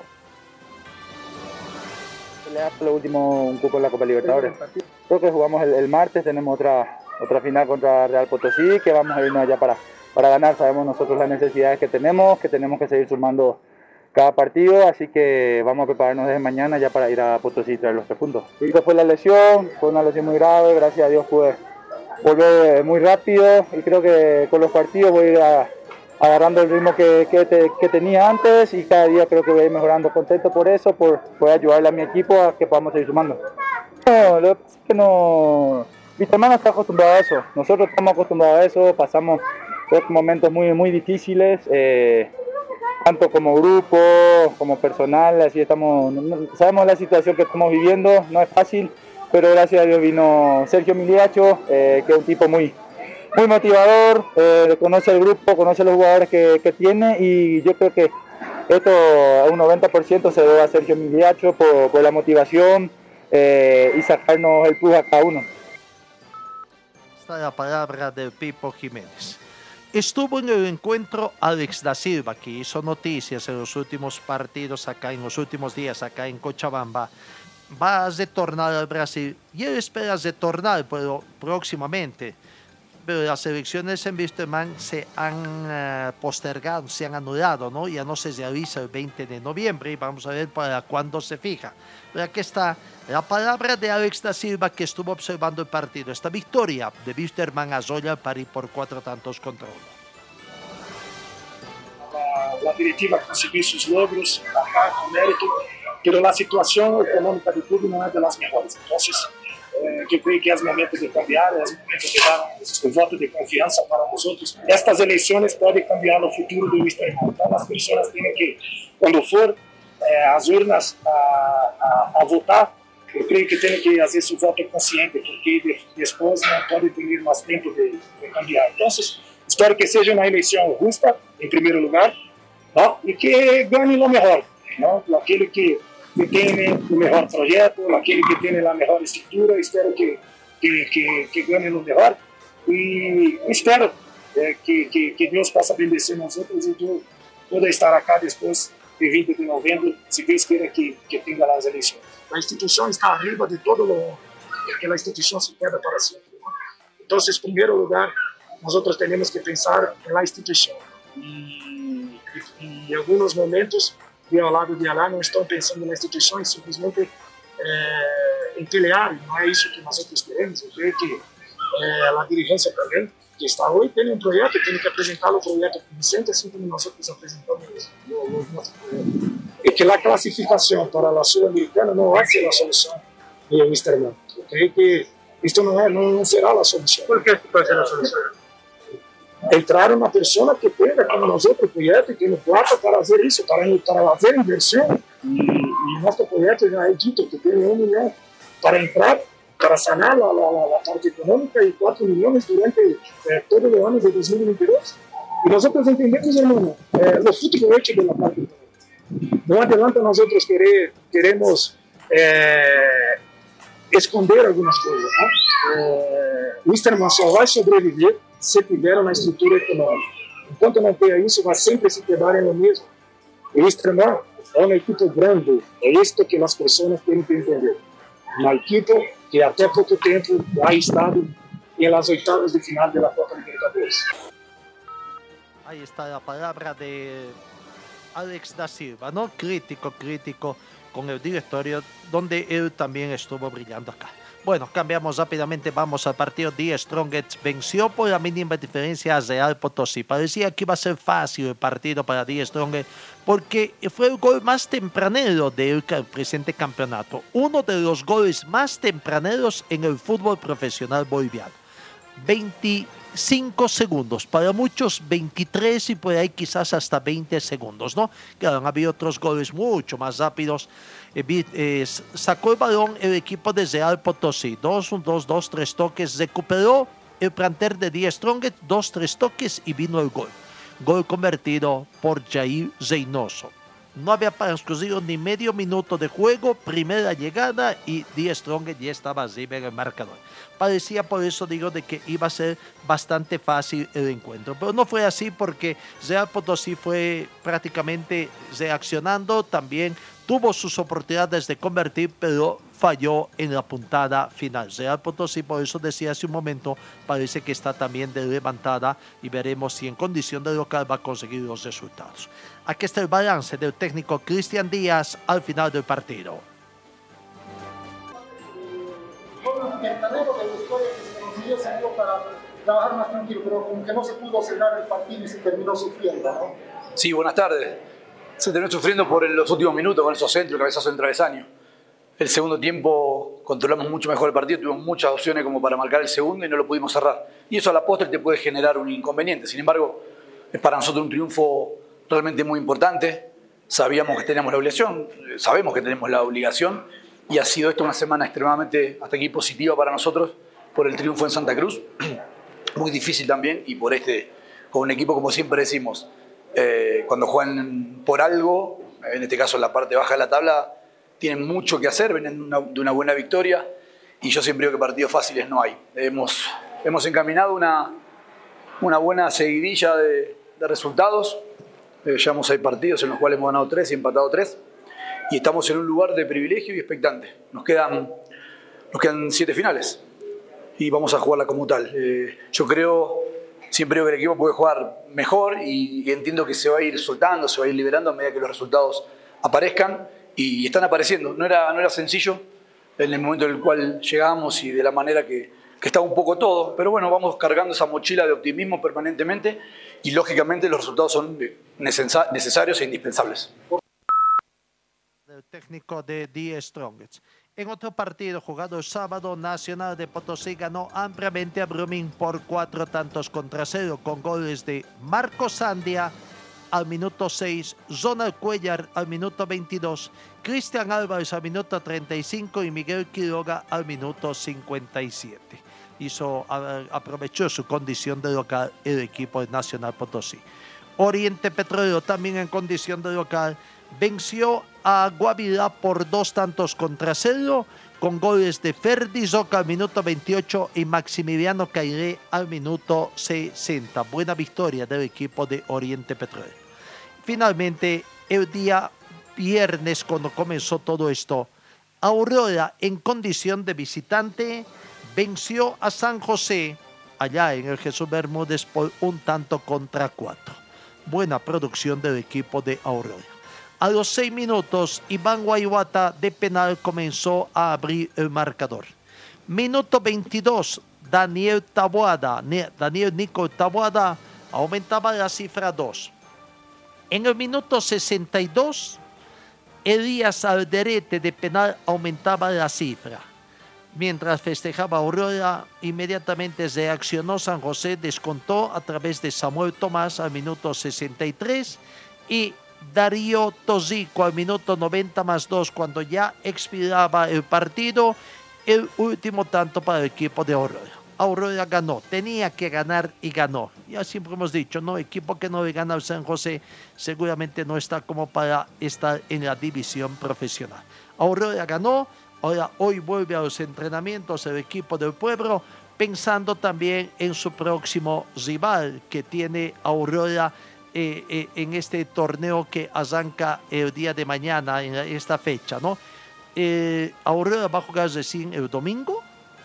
Lo último un poco en la Copa Libertadores. Creo que jugamos el, el martes, tenemos otra, otra final contra Real Potosí, que vamos a irnos allá para, para ganar. Sabemos nosotros las necesidades que tenemos, que tenemos que seguir sumando cada partido, así que vamos a prepararnos desde mañana ya para ir a Potosí y traer los tres puntos. Y después la lesión, fue una lesión muy grave, gracias a Dios pude volver muy rápido y creo que con los partidos voy a ir a, agarrando el ritmo que, que, te, que tenía antes y cada día creo que voy a ir mejorando, contento por eso, por poder ayudarle a mi equipo a que podamos seguir sumando. No, lo que pasa es que no, Wisterman no está acostumbrado a eso, nosotros estamos acostumbrados a eso, pasamos dos momentos muy, muy difíciles, eh, tanto como grupo, como personal, así estamos, sabemos la situación que estamos viviendo, no es fácil, pero gracias a Dios vino Sergio Miliacho, eh, que es un tipo muy, muy motivador, eh, conoce el grupo, conoce los jugadores que, que tiene y yo creo que esto a un noventa por ciento se debe a Sergio Miliacho por, por la motivación eh, y sacarnos el plus a cada uno. Esta es la palabra del Pipo Jiménez. Estuvo en el encuentro Alex da Silva, que hizo noticias en los últimos partidos acá, en los últimos días acá en Cochabamba. Va a retornar al Brasil y él espera retornar, pero próximamente. Pero las elecciones en Wilstermann se han uh, postergado, se han anulado, ¿no? Ya no se realiza el veinte de noviembre y vamos a ver para cuándo se fija. Pero aquí está la palabra de Alex da Silva, que estuvo observando el partido. Esta victoria de Wilstermann a Royal París por cuatro tantos contra uno. La, la directiva consiguió sus logros acá con mérito, pero la situación económica del club no es de las mejores. Entonces, eh, yo creo que es momento de cambiar, es momento de dar el voto de confianza para nosotros. Estas elecciones pueden cambiar el futuro de Wilstermann. Entonces, las personas tienen que, cuando for eh, a las urnas a, a, a votar, eu creio que tem que fazer seu voto consciente, porque depois não pode ter mais tempo de, de cambiar. Então, espero que seja uma eleição justa, em primeiro lugar, não? E que ganhe o melhor, não? Aquele que, que tem o melhor projeto, aquele que tem a melhor estrutura, espero que, que, que, que ganhe o melhor. E espero é, que, que, que Deus possa bendecer nós outros e eu poder estar aqui depois de vinte de novembro, se Deus queira que, que tenha as eleições. A instituição está arriba de todo o que a instituição se queda para sempre. Então, em primeiro lugar, nós temos que pensar na instituição. E, e em alguns momentos, de ao lado de lá, não estão pensando na instituição, simplesmente é, em pelear. Não é isso que nós queremos. Eu creio que é, a dirigência também, que está hoje, tem um projeto, tem que apresentar o projeto convincente, assim como nós apresentamos o nosso projeto. E que a classificação para a Sul-Americana não vai ser a solução de Wilstermann. Eu creio que isto não, é, não, não será a solução. Por que pode ser a solução? Entrar uma pessoa que tenha, como nós outro projeto, que tem plata para fazer isso, para, para fazer inversão. E, e nosso projeto já é dito que tem um milhão para entrar, para sanar a, a, a parte econômica e quatro milhões durante eh, todo o ano de dois mil e vinte e dois. E nós outros entendemos, irmão, eh, o futebol é da parte econômica. Não adianta nós outros querer, queremos é, esconder algumas coisas. Né? É, o Wilstermann só vai sobreviver se tiver uma estrutura econômica. Enquanto não tenha isso, vai sempre se quedar no mesmo. O Wilstermann é uma equipe grande. É isto que as pessoas têm que entender. Uma equipe que até pouco tempo ha estado em las oitavas de final da Copa Libertadores. Aí está a palavra de Alex da Silva, ¿no? Crítico, crítico con el directorio, donde él también estuvo brillando acá. Bueno, cambiamos rápidamente, vamos al partido. Die Strongets venció por la mínima diferencia a Real Potosí. Parecía que iba a ser fácil el partido para Die Strongets porque fue el gol más tempranero del presente campeonato. Uno de los goles más tempraneros en el fútbol profesional boliviano. veinticinco segundos, para muchos veintitrés y por ahí quizás hasta veinte segundos, ¿no? Claro, han habido otros goles mucho más rápidos. Eh, eh, sacó el balón el equipo de Real Potosí, dos, un, dos, dos, tres toques, recuperó el plantel de Die Strongets, dos, tres toques y vino el gol. Gol convertido por Jair Reynoso. No había transcurrido ni medio minuto de juego, primera llegada y Die Strongets ya estaba arriba en el marcador. Parecía, por eso digo, de que iba a ser bastante fácil el encuentro. Pero no fue así porque Real Potosí fue prácticamente reaccionando. También tuvo sus oportunidades de convertir, pero falló en la puntada final. Real Potosí, por eso decía hace un momento, parece que está también de levantada y veremos si en condición de local va a conseguir los resultados. Aquí está el balance del técnico Cristian Díaz al final del partido. Para trabajar más tranquilo, pero como que no se pudo cerrar el partido y se terminó sufriendo, ¿no? Sí, buenas tardes. Se terminó sufriendo por los últimos minutos con esos centros, cabezazo en travesaño. El segundo tiempo controlamos mucho mejor el partido, tuvimos muchas opciones como para marcar el segundo y no lo pudimos cerrar. Y eso a la postre te puede generar un inconveniente. Sin embargo, es para nosotros un triunfo realmente muy importante. Sabíamos que teníamos la obligación, sabemos que tenemos la obligación y ha sido esta una semana extremadamente hasta aquí positiva para nosotros por el triunfo en Santa Cruz. muy difícil también, y por este, con un equipo, como siempre decimos, eh, cuando juegan por algo, en este caso en la parte baja de la tabla, tienen mucho que hacer, vienen de una, de una buena victoria, y yo siempre digo que partidos fáciles no hay. Hemos, hemos encaminado una, una buena seguidilla de, de resultados, eh, llevamos seis partidos en los cuales hemos ganado tres y empatado tres, y estamos en un lugar de privilegio y expectante. Nos quedan, nos quedan siete finales, y vamos a jugarla como tal. Eh, yo creo, siempre digo que el equipo puede jugar mejor, y, y entiendo que se va a ir soltando, se va a ir liberando a medida que los resultados aparezcan, y están apareciendo. No era, no era sencillo en el momento en el cual llegamos y de la manera que, que estaba un poco todo, pero bueno, vamos cargando esa mochila de optimismo permanentemente, y lógicamente los resultados son necesarios e indispensables. El técnico de Die Strongest. En otro partido jugado el sábado, Nacional de Potosí ganó ampliamente a Brumming por cuatro tantos contra cero, con goles de Marco Sandia al minuto seis, Zonal Cuellar al minuto veintidós, Cristian Álvarez al minuto treinta y cinco y Miguel Quiroga al minuto cincuenta y siete. Hizo, aprovechó su condición de local el equipo de Nacional Potosí. Oriente Petrolero, también en condición de local, venció a Guavirá por dos tantos contra cero, con goles de Ferdi Zoca al minuto veintiocho y Maximiliano Cairé al minuto sesenta. Buena victoria del equipo de Oriente Petrolero. Finalmente, el día viernes, cuando comenzó todo esto, Aurora, en condición de visitante, venció a San José, allá en el Jesús Bermúdez, por un tanto contra cuatro. Buena producción del equipo de Aurora. A los seis minutos, Iván Guayuata de penal comenzó a abrir el marcador. Minuto veintidós, Daniel Taboada, Daniel Nico Taboada aumentaba la cifra dos. En el minuto sesenta y dos, Elías Alderete de penal aumentaba la cifra. Mientras festejaba Aurora, inmediatamente reaccionó San José, descontó a través de Samuel Tomás al minuto sesenta y tres y Darío Tosico al minuto noventa más dos, cuando ya expiraba el partido, el último tanto para el equipo de Aurora. Aurora ganó, tenía que ganar y ganó. Ya siempre hemos dicho, no, equipo que no le gana al San José seguramente no está como para estar en la división profesional. Aurora ganó, ahora hoy vuelve a los entrenamientos el equipo del pueblo, pensando también en su próximo rival que tiene Aurora Eh, eh, en este torneo que arranca el día de mañana, en esta fecha, ¿no? Eh, Aurora va a jugar recién el domingo,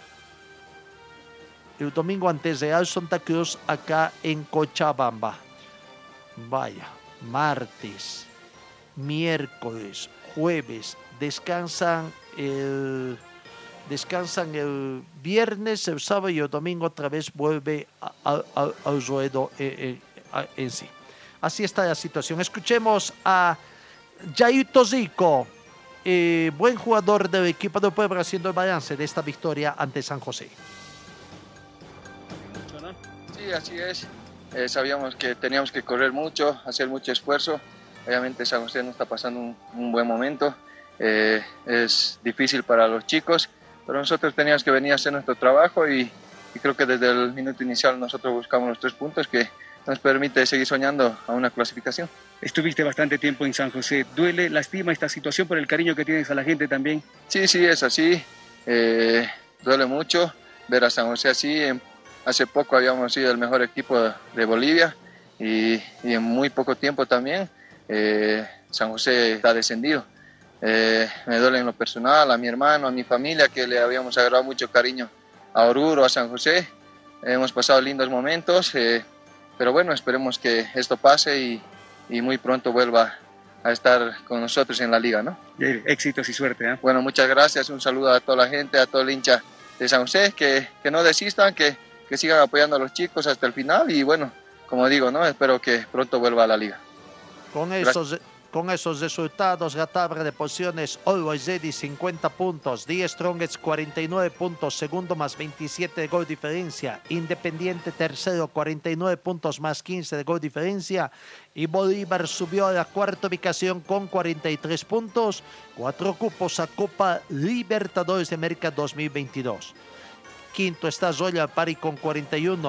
el domingo ante Real Santa Cruz acá en Cochabamba. Vaya, martes, miércoles, jueves, descansan el, descansan el viernes, el sábado y el domingo otra vez vuelve al ruedo eh, eh, en sí. Así está la situación. Escuchemos a Jair Tosico, eh, buen jugador del equipo del pueblo, haciendo el balance de esta victoria ante San José. Sí, así es. Eh, sabíamos que teníamos que correr mucho, hacer mucho esfuerzo. Obviamente San José no está pasando un, un buen momento. Eh, es difícil para los chicos, pero nosotros teníamos que venir a hacer nuestro trabajo y, y creo que desde el minuto inicial nosotros buscamos los tres puntos que nos permite seguir soñando a una clasificación. Estuviste bastante tiempo en San José. ¿Duele, lastima esta situación por el cariño que tienes a la gente también? Sí, sí, es así. Eh, duele mucho ver a San José así. Hace poco habíamos sido el mejor equipo de Bolivia y, y en muy poco tiempo también eh, San José está descendido. Eh, me duele en lo personal, a mi hermano, a mi familia, que le habíamos agarrado mucho cariño a Oruro, a San José. Hemos pasado lindos momentos. Eh, Pero bueno, esperemos que esto pase y, y muy pronto vuelva a estar con nosotros en la liga, ¿no? Éxitos y suerte, ¿eh? Bueno, muchas gracias. Un saludo a toda la gente, a todo el hincha de San José, que, que no desistan, que, que sigan apoyando a los chicos hasta el final y bueno, como digo, ¿no? Espero que pronto vuelva a la liga. Con esos, con esos resultados, la tabla de posiciones: Always Ready cincuenta puntos, Die Strongest cuarenta y nueve puntos, segundo más veintisiete de gol diferencia, Independiente tercero cuarenta y nueve puntos más quince de gol diferencia, y Bolívar subió a la cuarta ubicación con cuarenta y tres puntos, cuatro cupos a Copa Libertadores de América dos mil veintidós. Quinto está Royal Party con cuarenta y uno,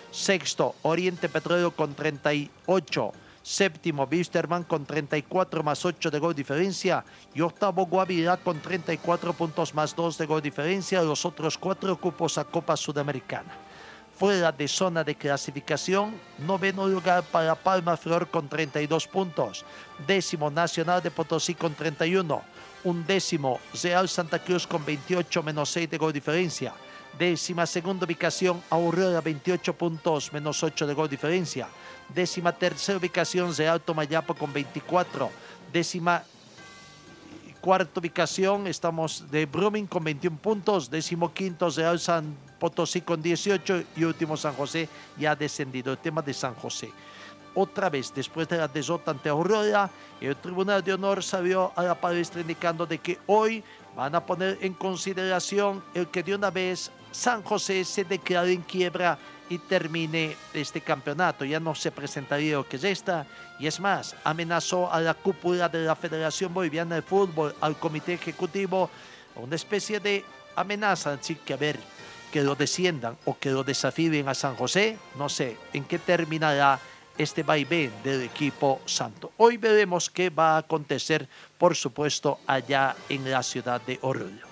Sexto, Oriente Petrolero con treinta y ocho. Séptimo, Wisterman con treinta y cuatro más ocho de gol diferencia. Y octavo, Guavirá con treinta y cuatro puntos más dos de gol diferencia. Los otros cuatro cupos a Copa Sudamericana. Fuera de zona de clasificación, noveno lugar para Palma Flor con treinta y dos puntos. Décimo, Nacional de Potosí con treinta y uno. Undécimo, Real Santa Cruz con veintiocho menos seis de gol diferencia. Décima segunda ubicación, Aurora, veintiocho puntos menos ocho de gol diferencia. Décima tercera ubicación, Real Tomayapo con veinticuatro. Décima cuarta ubicación, estamos de Brumming con veintiún puntos. Décimo quinto, Real San Potosí con dieciocho. Y último, San José ya ha descendido. El tema de San José. Otra vez, después de la derrota ante Aurora, el Tribunal de Honor salió a la palestra indicando de que hoy van a poner en consideración el que de una vez San José se declare en quiebra y termine este campeonato. Ya no se presentaría lo que resta. Y es más, amenazó a la cúpula de la Federación Boliviana de Fútbol, al Comité Ejecutivo, una especie de amenaza, así que a ver, que lo desciendan o que lo desafíen a San José. No sé en qué terminará este vaivén del equipo santo. Hoy veremos qué va a acontecer, por supuesto, allá en la ciudad de Oruro.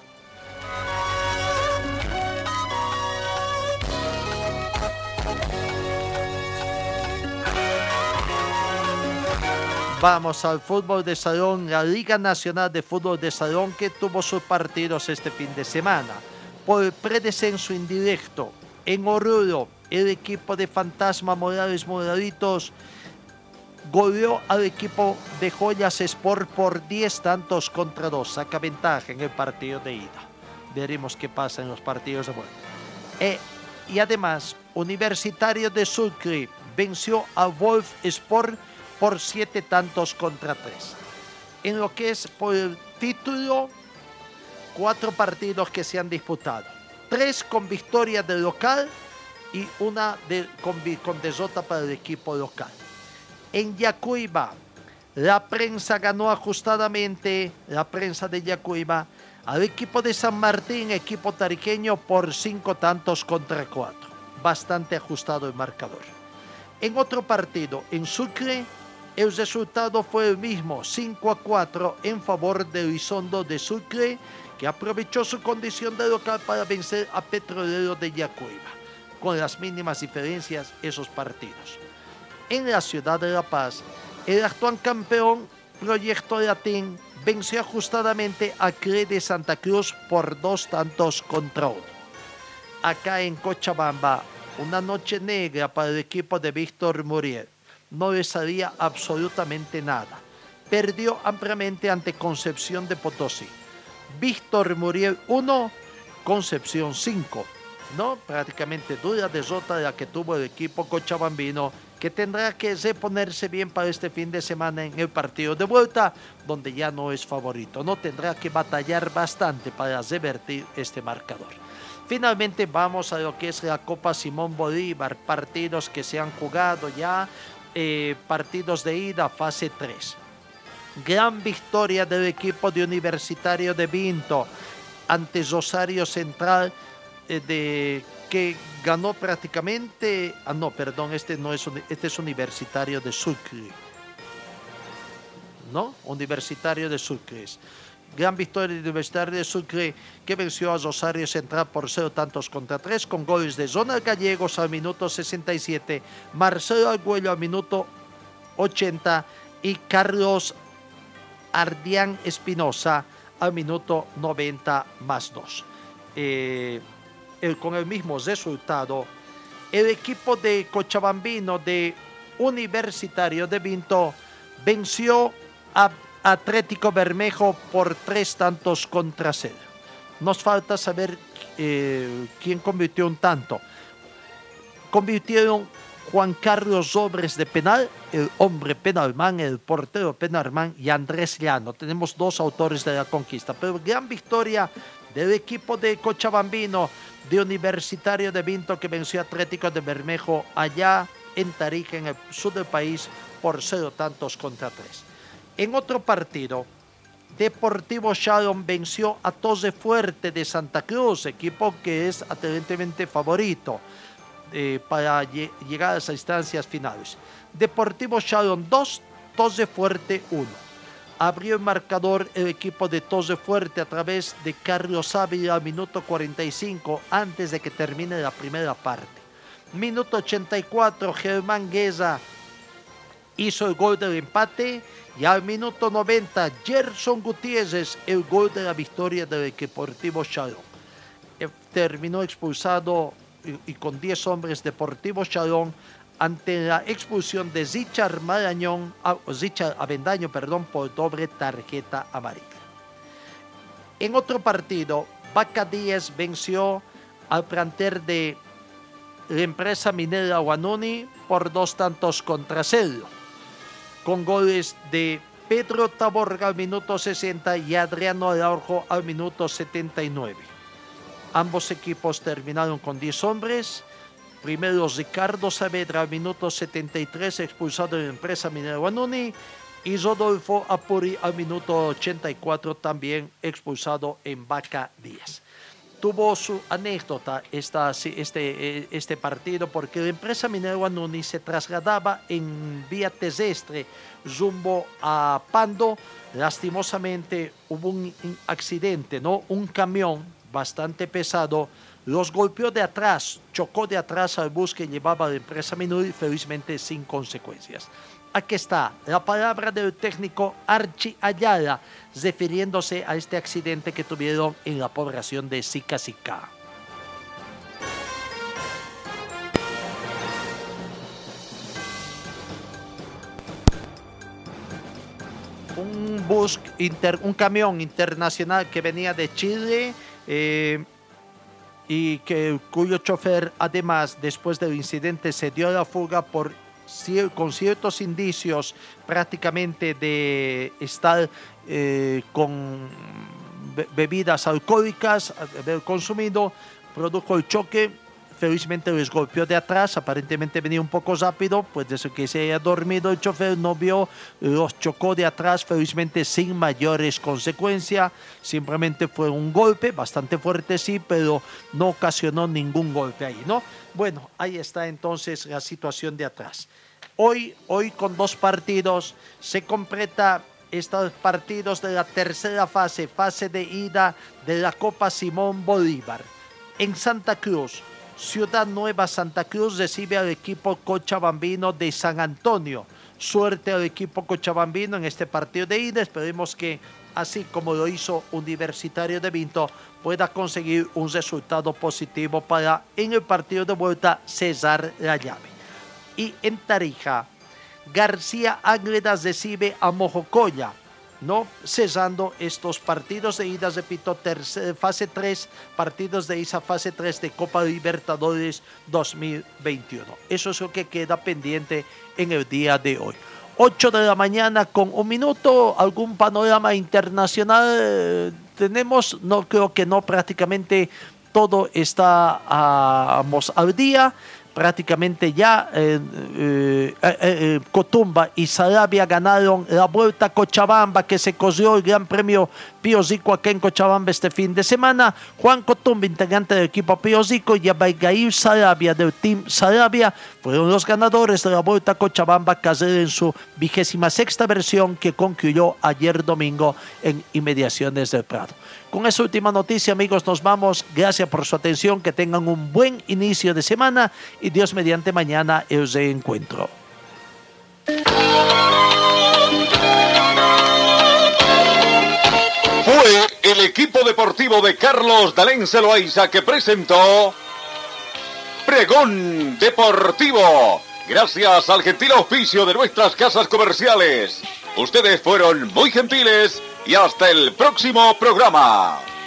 Vamos al fútbol de salón, la Liga Nacional de Fútbol de Salón, que tuvo sus partidos este fin de semana. Por el predescenso indirecto, en Oruro, el equipo de Fantasma Morales Moraditos goleó al equipo de Joyas Sport por diez tantos contra dos. Saca ventaja en el partido de ida. Veremos qué pasa en los partidos de vuelta. Eh, y además, Universitario de Sucre venció a Wolf Sport por siete tantos contra tres. En lo que es por el título, cuatro partidos que se han disputado. Tres con victoria del local y una de, con, con derrota para el equipo local. En Yacuiba, la prensa ganó ajustadamente, la prensa de Yacuiba, al equipo de San Martín, equipo tariqueño, por cinco tantos contra cuatro. Bastante ajustado el marcador. En otro partido, en Sucre, el resultado fue el mismo, cinco a cuatro en favor de Elizondo de Sucre, que aprovechó su condición de local para vencer a Petrolero de Yacuiba, con las mínimas diferencias esos partidos. En la ciudad de La Paz, el actual campeón Proyecto Latín venció ajustadamente a C R E de Santa Cruz por dos tantos contra uno. Acá en Cochabamba, una noche negra para el equipo de Víctor Muriel. No le salía absolutamente nada. Perdió ampliamente ante Concepción de Potosí. Víctor Muriel uno, Concepción cinco. ¿No? Prácticamente dura derrota la que tuvo el equipo cochabambino, que tendrá que reponerse bien para este fin de semana en el partido de vuelta, donde ya no es favorito. No tendrá que batallar bastante para revertir este marcador. Finalmente vamos a lo que es la Copa Simón Bolívar, partidos que se han jugado ya, eh, partidos de ida, fase tres. Gran victoria del equipo de Universitario de Vinto ante Rosario Central, eh, de, que ganó prácticamente, ah no, perdón, este no es, este es Universitario de Sucre, ¿no? Universitario de Sucre. Gran victoria del Universitario de Sucre, que venció a Rosario Central por cero tantos contra tres, con goles de Ronald Gallegos al minuto sesenta y siete, Marcelo Argüello al minuto ochenta y Carlos Ardián Espinosa al minuto noventa más dos. Eh, el, con el mismo resultado, el equipo de Cochabambino de Universitario de Vinto venció a Atlético Bermejo por tres tantos contra cero. Nos falta saber eh, quién convirtió un tanto. Convirtieron Juan Carlos Robres de penal, el hombre penalman, el portero penalman, y Andrés Llano. Tenemos dos autores de la conquista, pero gran victoria del equipo de Cochabambino, de Universitario de Vinto, que venció a Atlético de Bermejo allá en Tarija, en el sur del país, por cero tantos contra tres. En otro partido, Deportivo Shalom venció a Torre Fuerte de Santa Cruz, equipo que es aparentemente favorito. eh, para lle llegar a las instancias finales. Deportivo Shalom dos, Toze Fuerte uno. Abrió el marcador el equipo de Toze Fuerte a través de Carlos Ávila al minuto cuarenta y cinco, antes de que termine la primera parte. Minuto ochenta y cuatro, Germán Gueza hizo el gol del empate, y al minuto noventa, Gerson Gutiérrez, el gol de la victoria del Deportivo Shalom. Eh, terminó expulsado y, y con diez hombres Deportivo Shalom ante la expulsión de Zichar Marañón, Zichar Avendaño, perdón, por doble tarjeta amarilla. En otro partido, Vaca Díaz venció al plantel de la empresa minera Guanuni por dos tantos contra cero, con goles de Pedro Taborga al minuto sesenta y Adriano Araujo al minuto setenta y nueve. Ambos equipos terminaron con diez hombres. Primero Ricardo Saavedra al minuto setenta y tres, expulsado de la empresa minera Guanuni, y Rodolfo Apuri al minuto ochenta y cuatro, también expulsado en Vaca Díaz. Tuvo su anécdota esta, este, este partido, porque la empresa minera Guanuni se trasladaba en vía terrestre rumbo a Pando. Lastimosamente hubo un accidente, ¿no? Un camión bastante pesado los golpeó de atrás, chocó de atrás al bus que llevaba a la empresa minera y felizmente sin consecuencias. Aquí está la palabra del técnico Archie Ayala, refiriéndose a este accidente que tuvieron en la población de Sica Sica. Un bus, inter, un camión internacional que venía de Chile, eh, y que, cuyo chofer, además, después del incidente, se dio a la fuga por, con ciertos indicios prácticamente de estar eh, con be bebidas alcohólicas, haber consumido, produjo el choque. Felizmente les golpeó de atrás, aparentemente venía un poco rápido, pues desde que se haya dormido el chofer no vio, los chocó de atrás, felizmente sin mayores consecuencias, simplemente fue un golpe, bastante fuerte sí, pero no ocasionó ningún golpe ahí, ¿no? Bueno, ahí está entonces la situación de atrás. Hoy, hoy con dos partidos se completa estos partidos de la tercera fase, fase de ida de la Copa Simón Bolívar. En Santa Cruz, Ciudad Nueva Santa Cruz recibe al equipo cochabambino de San Antonio. Suerte al equipo cochabambino en este partido de ida. Esperemos que, así como lo hizo Universitario de Vinto, pueda conseguir un resultado positivo para, en el partido de vuelta, cesar la llave. Y en Tarija, García Ágreda recibe a Mojocoya, ¿no? Cesando estos partidos de ida, repito, tercer, fase tres, partidos de esa fase tres de Copa Libertadores dos mil veintiuno. Eso es lo que queda pendiente en el día de hoy. ocho de la mañana con un minuto, ¿algún panorama internacional tenemos? No, creo que no, prácticamente todo está uh, al día. Prácticamente ya eh, eh, eh, Cotumba y Sarabia ganaron la Vuelta a Cochabamba, que se corrió el Gran Premio Pío Zico acá en Cochabamba este fin de semana. Juan Cotumba, integrante del equipo Pío Zico, y Abigail Sarabia del Team Sarabia fueron los ganadores de la Vuelta a Cochabamba, carrera en su vigésima sexta versión, que concluyó ayer domingo en inmediaciones del Prado. Con esa última noticia, amigos, nos vamos. Gracias por su atención, que tengan un buen inicio de semana y Dios mediante mañana el reencuentro. Fue el equipo deportivo de Carlos D'Alence Loaiza que presentó Pregón Deportivo. Gracias al gentil auspicio de nuestras casas comerciales. Ustedes fueron muy gentiles y hasta el próximo programa.